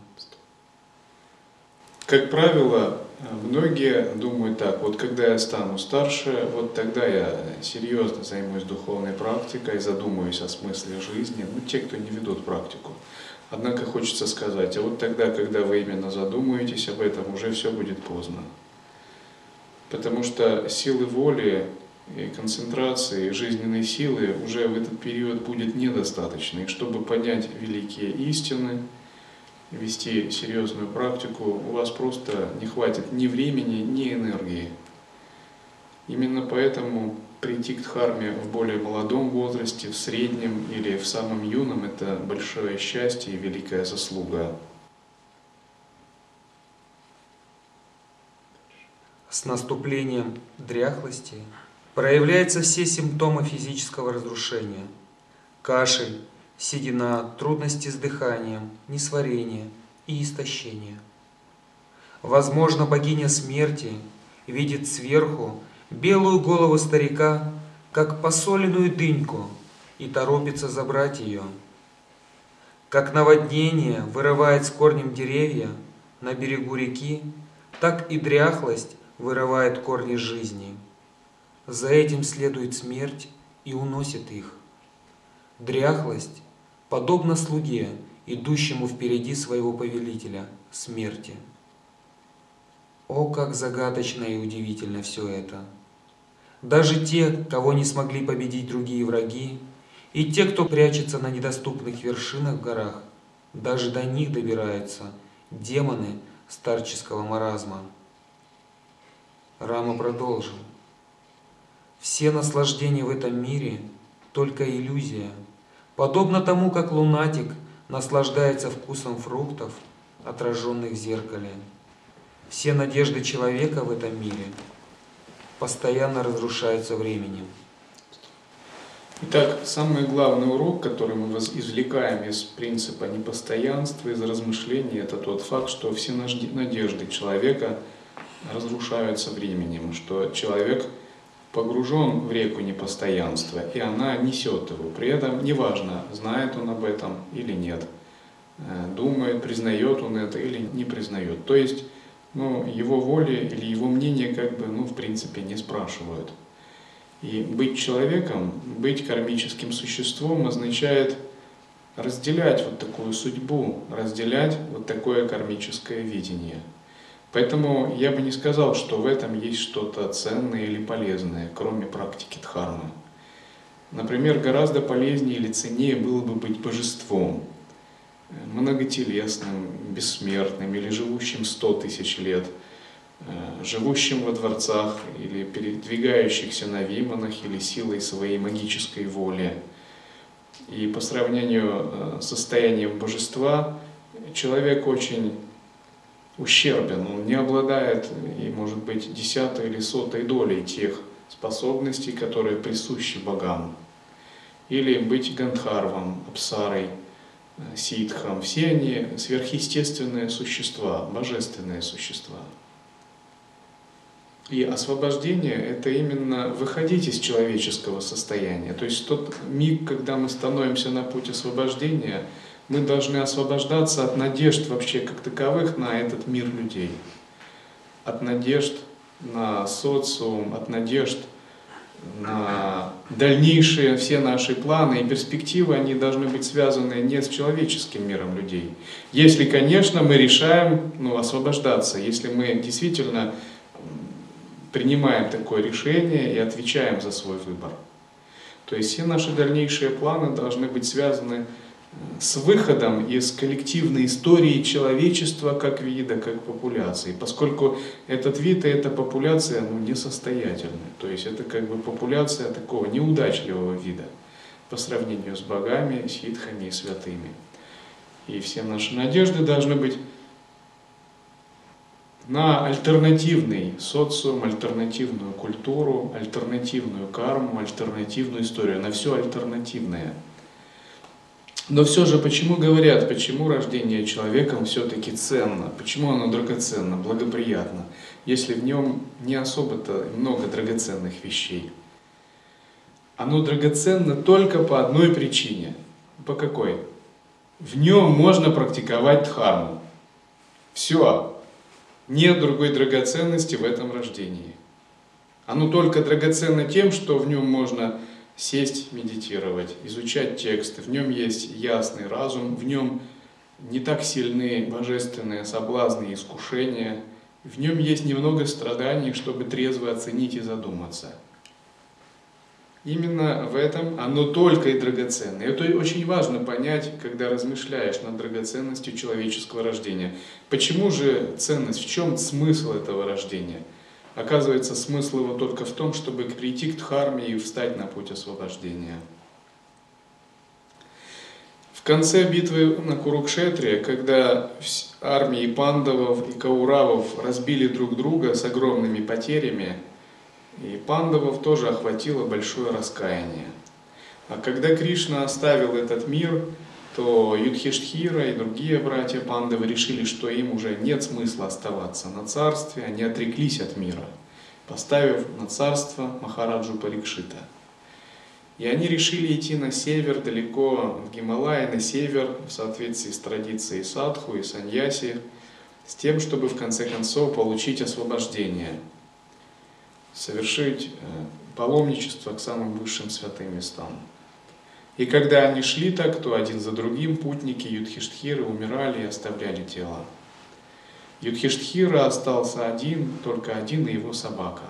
Speaker 1: Как правило, многие думают так: вот когда я стану старше, вот тогда я серьезно займусь духовной практикой, задумаюсь о смысле жизни. Ну, те, кто не ведут практику. Однако хочется сказать, а вот тогда, когда вы именно задумаетесь об этом, уже все будет поздно. Потому что силы воли и концентрации, и жизненной силы уже в этот период будет недостаточно. И чтобы понять великие истины, вести серьезную практику, у вас просто не хватит ни времени, ни энергии. Именно поэтому прийти к дхарме в более молодом возрасте, в среднем или в самом юном – это большое счастье и великая заслуга.
Speaker 2: С наступлением дряхлости проявляются все симптомы физического разрушения: кашель, седина, трудности с дыханием, несварение и истощение. Возможно, богиня смерти видит сверху белую голову старика, как посоленную дыньку, и торопится забрать ее. Как наводнение вырывает с корнем деревья на берегу реки, так и дряхлость вырывает корни жизни. За этим следует смерть и уносит их. Дряхлость подобна слуге, идущему впереди своего повелителя, смерти. О, как загадочно и удивительно все это! Даже те, кого не смогли победить другие враги, и те, кто прячется на недоступных вершинах в горах, даже до них добираются демоны старческого маразма. Рама продолжил. Все наслаждения в этом мире – только иллюзия, подобно тому, как лунатик наслаждается вкусом фруктов, отраженных в зеркале. Все надежды человека в этом мире постоянно разрушаются временем.
Speaker 1: Итак, самый главный урок, который мы извлекаем из принципа непостоянства, из размышлений, это тот факт, что все надежды человека разрушаются временем, что человек погружен в реку непостоянства, и она несет его. При этом неважно, знает он об этом или нет, думает, признает он это или не признает. То есть, ну, его воли или его мнение как бы, ну, в принципе, не спрашивают. И быть человеком, быть кармическим существом означает разделять вот такую судьбу, разделять вот такое кармическое видение. Поэтому я бы не сказал, что в этом есть что-то ценное или полезное, кроме практики дхармы. Например, гораздо полезнее или ценнее было бы быть божеством, многотелесным, бессмертным или живущим сто тысяч лет, живущим во дворцах или передвигающихся на виманах или силой своей магической воли. И по сравнению с состоянием божества человек очень ущербен, он не обладает, и может быть, десятой или сотой долей тех способностей, которые присущи богам. Или быть гандхарвом, апсарой, ситхом. Все они сверхъестественные существа, божественные существа. И освобождение – это именно выходить из человеческого состояния. То есть тот миг, когда мы становимся на путь освобождения, мы должны освобождаться от надежд вообще как таковых на этот мир людей. От надежд на социум, от надежд на дальнейшие все наши планы и перспективы, они должны быть связаны не с человеческим миром людей. Если, конечно, мы решаем, ну, освобождаться, если мы действительно принимаем такое решение и отвечаем за свой выбор. То есть все наши дальнейшие планы должны быть связаны с выходом из коллективной истории человечества как вида, как популяции, поскольку этот вид и эта популяция, ну, несостоятельны. То есть это как бы популяция такого неудачливого вида по сравнению с богами, ситхами и святыми. И все наши надежды должны быть на альтернативный социум, альтернативную культуру, альтернативную карму, альтернативную историю, на все альтернативное. Но все же, почему говорят, почему рождение человеком все-таки ценно, почему оно драгоценно, благоприятно, если в нем не особо-то много драгоценных вещей? Оно драгоценно только по одной причине. По какой? В нем можно практиковать дхарму. Все. Нет другой драгоценности в этом рождении. Оно только драгоценно тем, что в нем можно сесть, медитировать, изучать тексты. В нем есть ясный разум, в нем не так сильны божественные соблазны и искушения. В нем есть немного страданий, чтобы трезво оценить и задуматься. Именно в этом оно только и драгоценно. И это очень важно понять, когда размышляешь над драгоценностью человеческого рождения. Почему же ценность, в чем смысл этого рождения? Оказывается, смысл его только в том, чтобы прийти к дхарме и встать на путь освобождения. В конце битвы на Курукшетре, когда армии пандавов и кауравов разбили друг друга с огромными потерями, и пандавов тоже охватило большое раскаяние. А когда Кришна оставил этот мир, то Юдхиштхира и другие братья пандавы решили, что им уже нет смысла оставаться на царстве, они отреклись от мира, поставив на царство Махараджу Парикшита. И они решили идти на север, далеко в Гималай, на север, в соответствии с традицией садху и саньяси, с тем, чтобы в конце концов получить освобождение, совершить паломничество к самым высшим святым местам. И когда они шли так, то один за другим путники Юдхиштхиры умирали и оставляли тело. Юдхиштхира остался один, только один и его собака.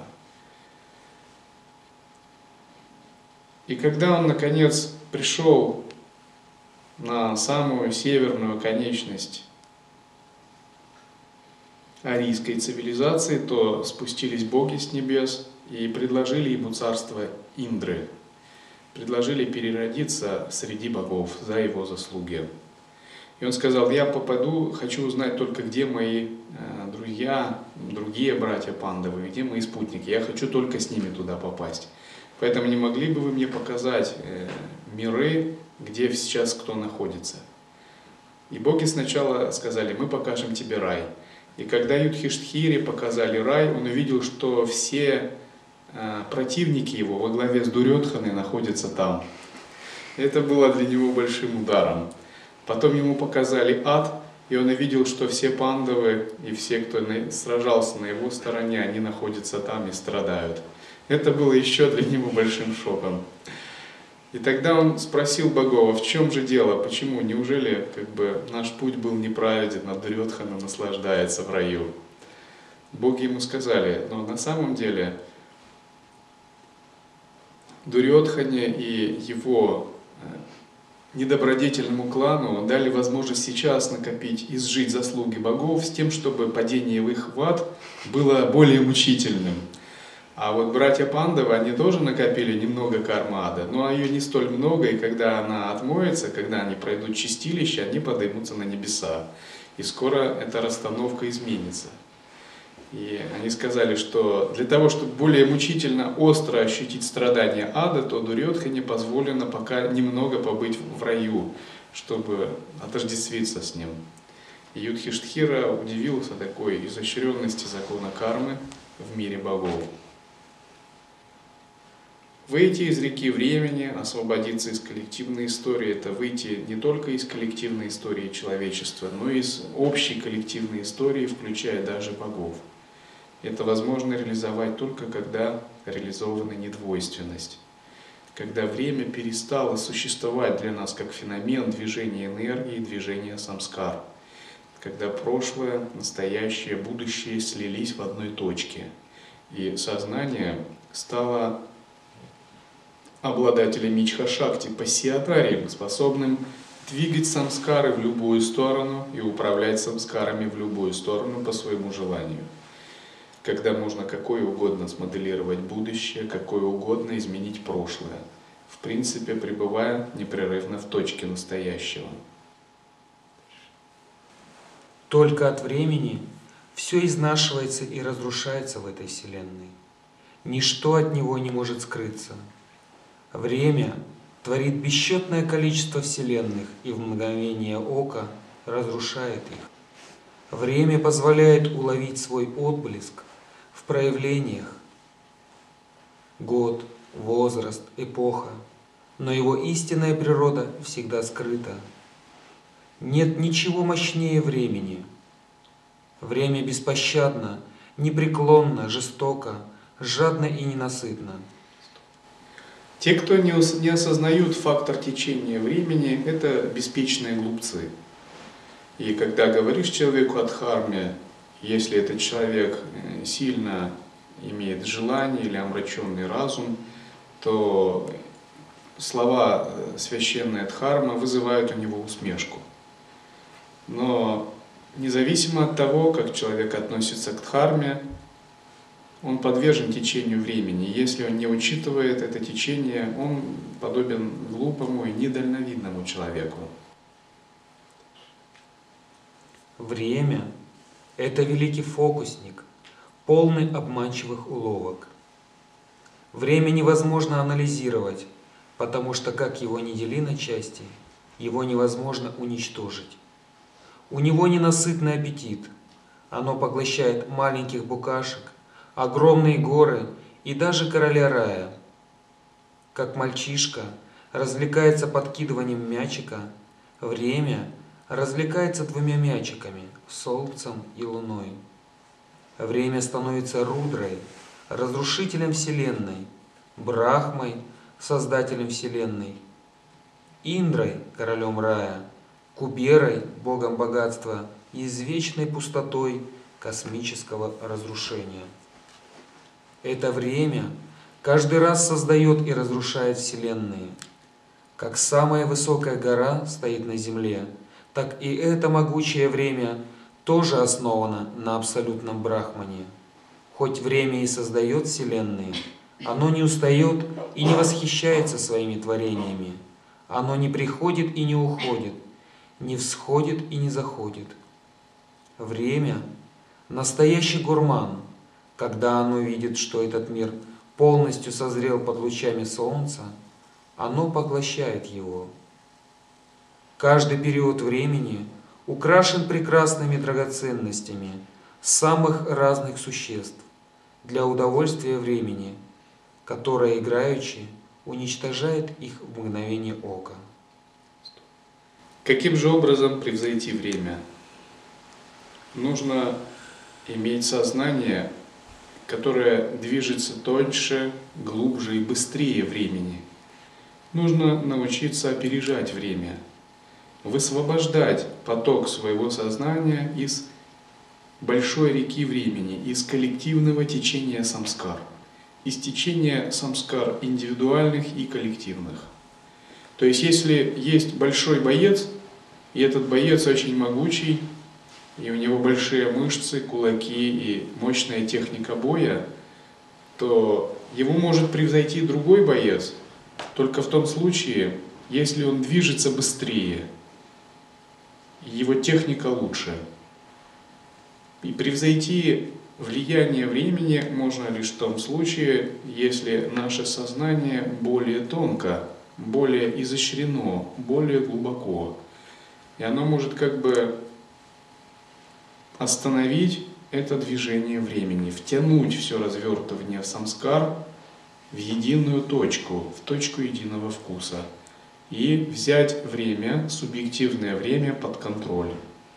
Speaker 1: И когда он, наконец, пришел на самую северную конечность арийской цивилизации, то спустились боги с небес и предложили ему царство Индры, предложили переродиться среди богов за его заслуги. И он сказал: я попаду, хочу узнать только, где мои друзья, другие братья пандавы, где мои спутники, я хочу только с ними туда попасть. Поэтому не могли бы вы мне показать миры, где сейчас кто находится? И боги сначала сказали: мы покажем тебе рай. И когда Юдхиштхире показали рай, он увидел, что все противники его во главе с Дурьодханой находятся там. Это было для него большим ударом. Потом ему показали ад, и он увидел, что все пандавы и все, кто сражался на его стороне, они находятся там и страдают. Это было еще для него большим шоком. И тогда он спросил богов: а в чем же дело, почему, неужели как бы, наш путь был неправеден, а Дурьодхана наслаждается в раю? Боги ему сказали: но на самом деле Дурьодхане и его недобродетельному клану дали возможность сейчас накопить, изжить заслуги богов с тем, чтобы падение в их в ад было более мучительным. А вот братья пандавы, они тоже накопили немного кармы ада, но ее не столь много, и когда она отмоется, когда они пройдут чистилище, они поднимутся на небеса. И скоро эта расстановка изменится. И они сказали, что для того, чтобы более мучительно, остро ощутить страдания ада, то Дурьодхане позволено пока немного побыть в раю, чтобы отождествиться с ним. И Юдхиштхира удивился такой изощренности закона кармы в мире богов. Выйти из реки времени, освободиться из коллективной истории – это выйти не только из коллективной истории человечества, но и из общей коллективной истории, включая даже богов. Это возможно реализовать только когда реализована недвойственность, когда время перестало существовать для нас как феномен движения энергии, движения самскар, когда прошлое, настоящее, будущее слились в одной точке, и сознание стало обладателем Ичха-шакти, пассиатарием, способным двигать самскары в любую сторону и управлять самскарами в любую сторону по своему желанию. Когда можно какое угодно смоделировать будущее, какое угодно изменить прошлое, в принципе, пребывая непрерывно в точке настоящего.
Speaker 2: Только от времени все изнашивается и разрушается в этой вселенной. Ничто от него не может скрыться. Время творит бесчетное количество вселенных и в мгновение ока разрушает их. Время позволяет уловить свой отблеск в проявлениях. Год, возраст, эпоха но его истинная природа всегда скрыта. Нет ничего мощнее времени. Время беспощадно, непреклонно, жестоко, жадно и ненасытно.
Speaker 1: Те, кто не ос- не осознают фактор течения времени, это беспечные глупцы. И когда говоришь человеку о дхарме, если этот человек э, сильно имеет желание или омраченный разум, то слова э, священной дхармы вызывают у него усмешку. Но независимо от того, как человек относится к дхарме, он подвержен течению времени. Если он не учитывает это течение, он подобен глупому и недальновидному человеку.
Speaker 2: Время – это великий фокусник, полный обманчивых уловок. Время невозможно анализировать, потому что, как его ни дели на части, его невозможно уничтожить. У него ненасытный аппетит. Оно поглощает маленьких букашек, огромные горы и даже короля рая. Как мальчишка развлекается подкидыванием мячика, время развлекается двумя мячиками – солнцем и луной. Время становится Рудрой, разрушителем Вселенной, Брахмой, создателем Вселенной, Индрой, королем рая, Куберой, богом богатства, и извечной пустотой космического разрушения. Это время каждый раз создает и разрушает вселенные. Как самая высокая гора стоит на земле, так и это могучее время тоже основано на абсолютном брахмане. Хоть время и создает вселенные, оно не устает и не восхищается своими творениями. Оно не приходит и не уходит, не всходит и не заходит. Время – настоящий гурман. Когда оно видит, что этот мир полностью созрел под лучами солнца, оно поглощает его. Каждый период времени украшен прекрасными драгоценностями самых разных существ для удовольствия времени, которое играючи уничтожает их в мгновение ока.
Speaker 1: Каким же образом превзойти время? Нужно иметь сознание, которое движется тоньше, глубже и быстрее времени. Нужно научиться опережать время, высвобождать поток своего сознания из большой реки времени, из коллективного течения самскар, из течения самскар индивидуальных и коллективных. То есть, если есть большой боец, и этот боец очень могучий, и у него большие мышцы, кулаки и мощная техника боя, то его может превзойти другой боец только в том случае, если он движется быстрее, его техника лучше. И превзойти влияние времени можно лишь в том случае, если наше сознание более тонко, более изощрено, более глубоко. И оно может как бы остановить это движение времени, втянуть все развертывание самскар в единую точку, в точку единого вкуса, и взять время, субъективное время под контроль.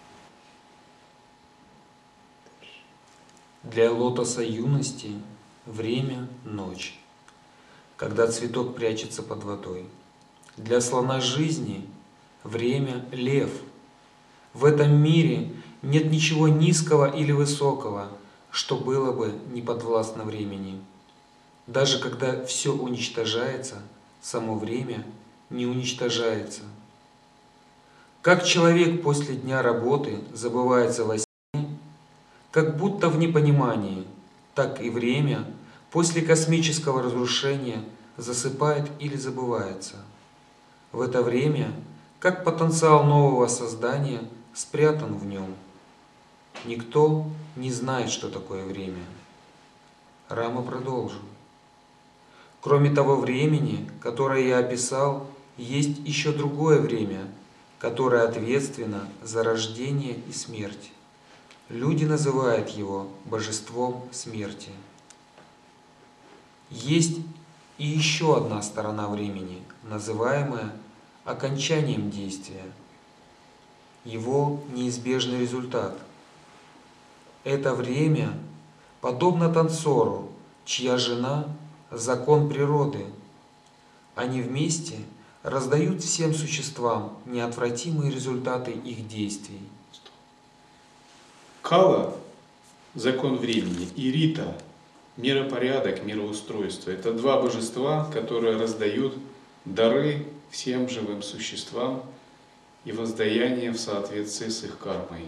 Speaker 2: Для лотоса юности время – ночь, когда цветок прячется под водой. Для слона жизни время – лев. В этом мире нет ничего низкого или высокого, что было бы не подвластно времени. Даже когда все уничтожается, само время не уничтожается. Как человек после дня работы забывается во сне, как будто в непонимании, так и время после космического разрушения засыпает или забывается. В это время, как потенциал нового создания, спрятан в нем. Никто не знает, что такое время. Рама продолжил. Кроме того времени, которое я описал, есть еще другое время, которое ответственно за рождение и смерть. Люди называют его божеством смерти. Есть и еще одна сторона времени, называемая окончанием действия, его неизбежный результат. Это время подобно танцору, чья жена – закон природы. Они вместе раздают всем существам неотвратимые результаты их действий.
Speaker 1: Кала – закон времени, и Рита – миропорядок, мироустройство. Это два божества, которые раздают дары всем живым существам и воздаяние в соответствии с их кармой.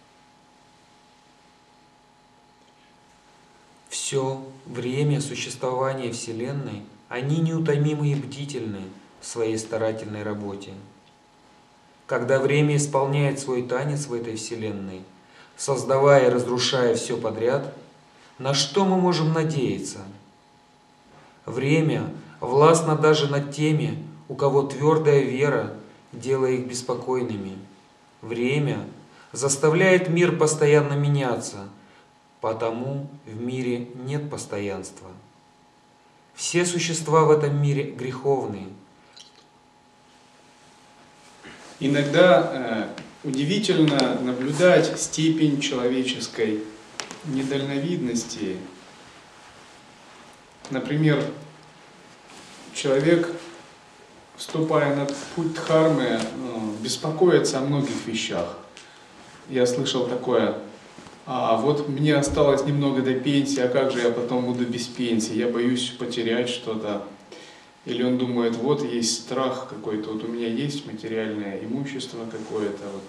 Speaker 2: Все время существования Вселенной они неутомимы и бдительны в своей старательной работе. Когда время исполняет свой танец в этой Вселенной, создавая и разрушая все подряд, на что мы можем надеяться? Время властно даже над теми, у кого твердая вера, делая их беспокойными. Время заставляет мир постоянно меняться, потому в мире нет постоянства. Все существа в этом мире греховные.
Speaker 1: Иногда э, удивительно наблюдать степень человеческой недальновидности. Например, человек, вступая на путь дхармы, ну, беспокоится о многих вещах. Я слышал такое: а вот мне осталось немного до пенсии, а как же я потом буду без пенсии? Я боюсь потерять что-то. Или он думает, вот есть страх какой-то, вот у меня есть материальное имущество какое-то. Вот.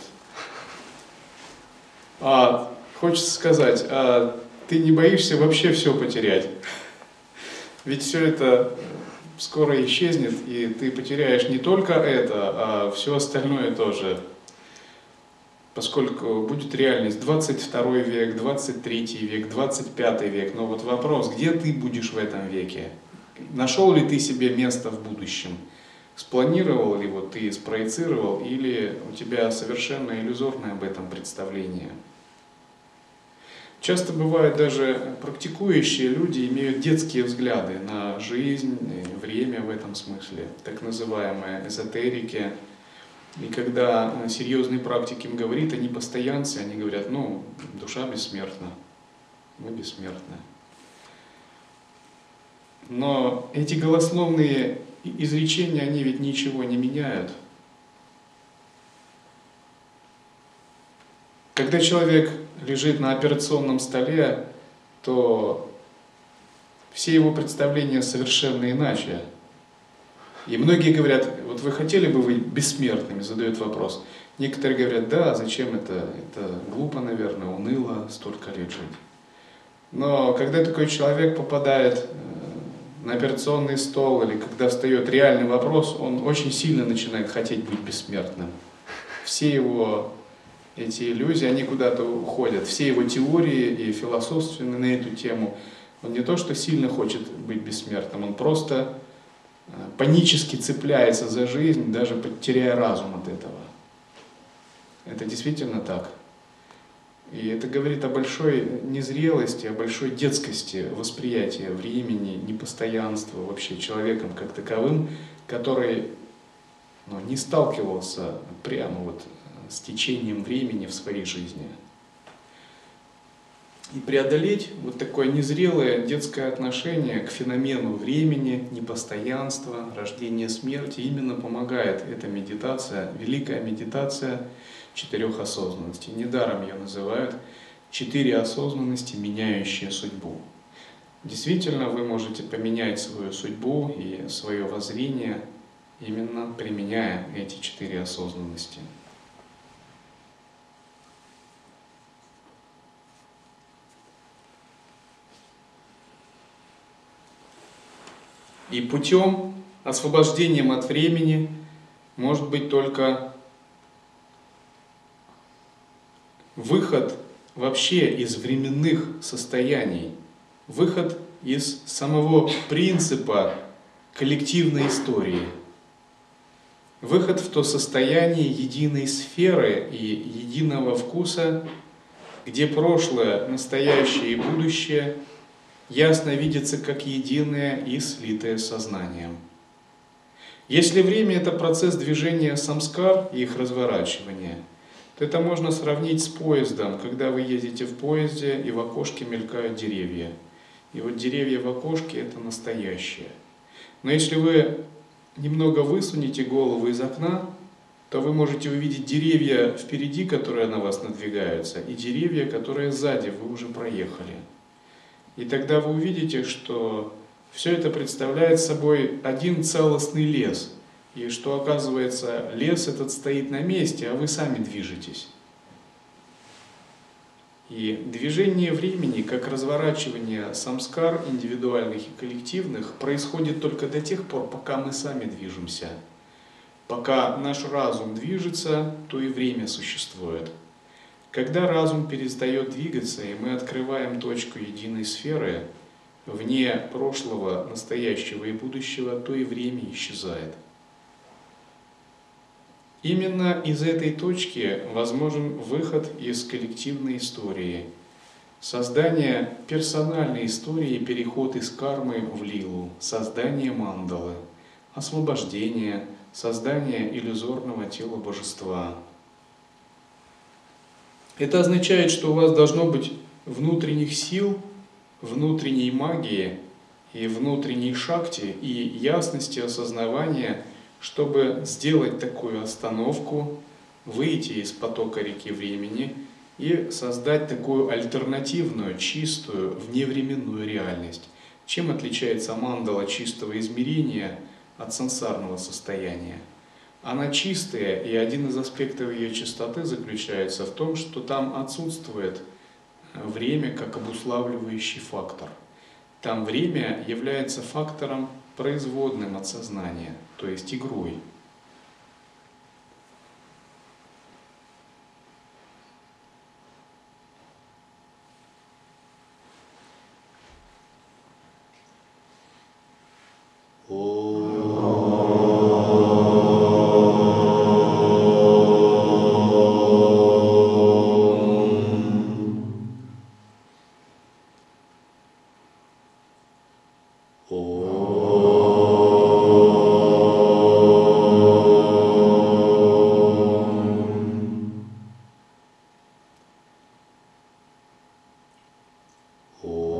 Speaker 1: А хочется сказать, а ты не боишься вообще все потерять? Ведь все это скоро исчезнет, и ты потеряешь не только это, а все остальное тоже. Поскольку будет реальность двадцать второй век, двадцать третий век, двадцать пятый век. Но вот вопрос, где ты будешь в этом веке? Нашел ли ты себе место в будущем? Спланировал ли вот ты, спроецировал, или у тебя совершенно иллюзорное об этом представление? Часто бывает, даже практикующие люди имеют детские взгляды на жизнь, время в этом смысле, так называемые эзотерики. И когда серьезный практик им говорит, они постоянцы, они говорят, ну, душа бессмертна, мы бессмертны. Но эти голословные изречения, они ведь ничего не меняют. Когда человек лежит на операционном столе, то все его представления совершенно иначе. И многие говорят, вот вы хотели бы быть бессмертными, задают вопрос. Некоторые говорят, да, зачем это, это глупо, наверное, уныло, столько лет жить. Но когда такой человек попадает на операционный стол, или когда встает реальный вопрос, он очень сильно начинает хотеть быть бессмертным. Все его эти иллюзии, они куда-то уходят. Все его теории и философственные на эту тему, он не то что сильно хочет быть бессмертным, он просто панически цепляется за жизнь, даже теряя разум от этого. Это действительно так. И это говорит о большой незрелости, о большой детскости восприятия времени, непостоянства вообще человеком как таковым, который ну, не сталкивался прямо вот с течением времени в своей жизни. И преодолеть вот такое незрелое детское отношение к феномену времени, непостоянства, рождения, смерти именно помогает эта медитация, великая медитация четырех осознанностей. Недаром ее называют четыре осознанности, меняющие судьбу. Действительно, вы можете поменять свою судьбу и свое воззрение, именно применяя эти четыре осознанности. И путем освобождением от времени может быть только выход вообще из временных состояний, выход из самого принципа коллективной истории, выход в то состояние единой сферы и единого вкуса, где прошлое, настоящее и будущее ясно видится как единое и слитое сознанием. Если время – это процесс движения самскар и их разворачивания, то это можно сравнить с поездом, когда вы едете в поезде и в окошке мелькают деревья. И вот деревья в окошке – это настоящее. Но если вы немного высунете голову из окна, то вы можете увидеть деревья впереди, которые на вас надвигаются, и деревья, которые сзади вы уже проехали. И тогда вы увидите, что все это представляет собой один целостный лес, и что, оказывается, лес этот стоит на месте, а вы сами движетесь. И движение времени, как разворачивание самскар, индивидуальных и коллективных, происходит только до тех пор, пока мы сами движемся. Пока наш разум движется, то и время существует. Когда разум перестает двигаться, и мы открываем точку единой сферы, вне прошлого, настоящего и будущего, то и время исчезает. Именно из этой точки возможен выход из коллективной истории, создание персональной истории, переход из кармы в лилу, создание мандалы, освобождение, создание иллюзорного тела божества. Это означает, что у вас должно быть внутренних сил, внутренней магии и внутренней шакти и ясности осознавания, чтобы сделать такую остановку, выйти из потока реки времени и создать такую альтернативную, чистую, вневременную реальность. Чем отличается мандала чистого измерения от сансарного состояния? Она чистая, и один из аспектов ее чистоты заключается в том, что там отсутствует время как обуславливающий фактор. Там время является фактором производным от сознания, то есть игрой. Oh.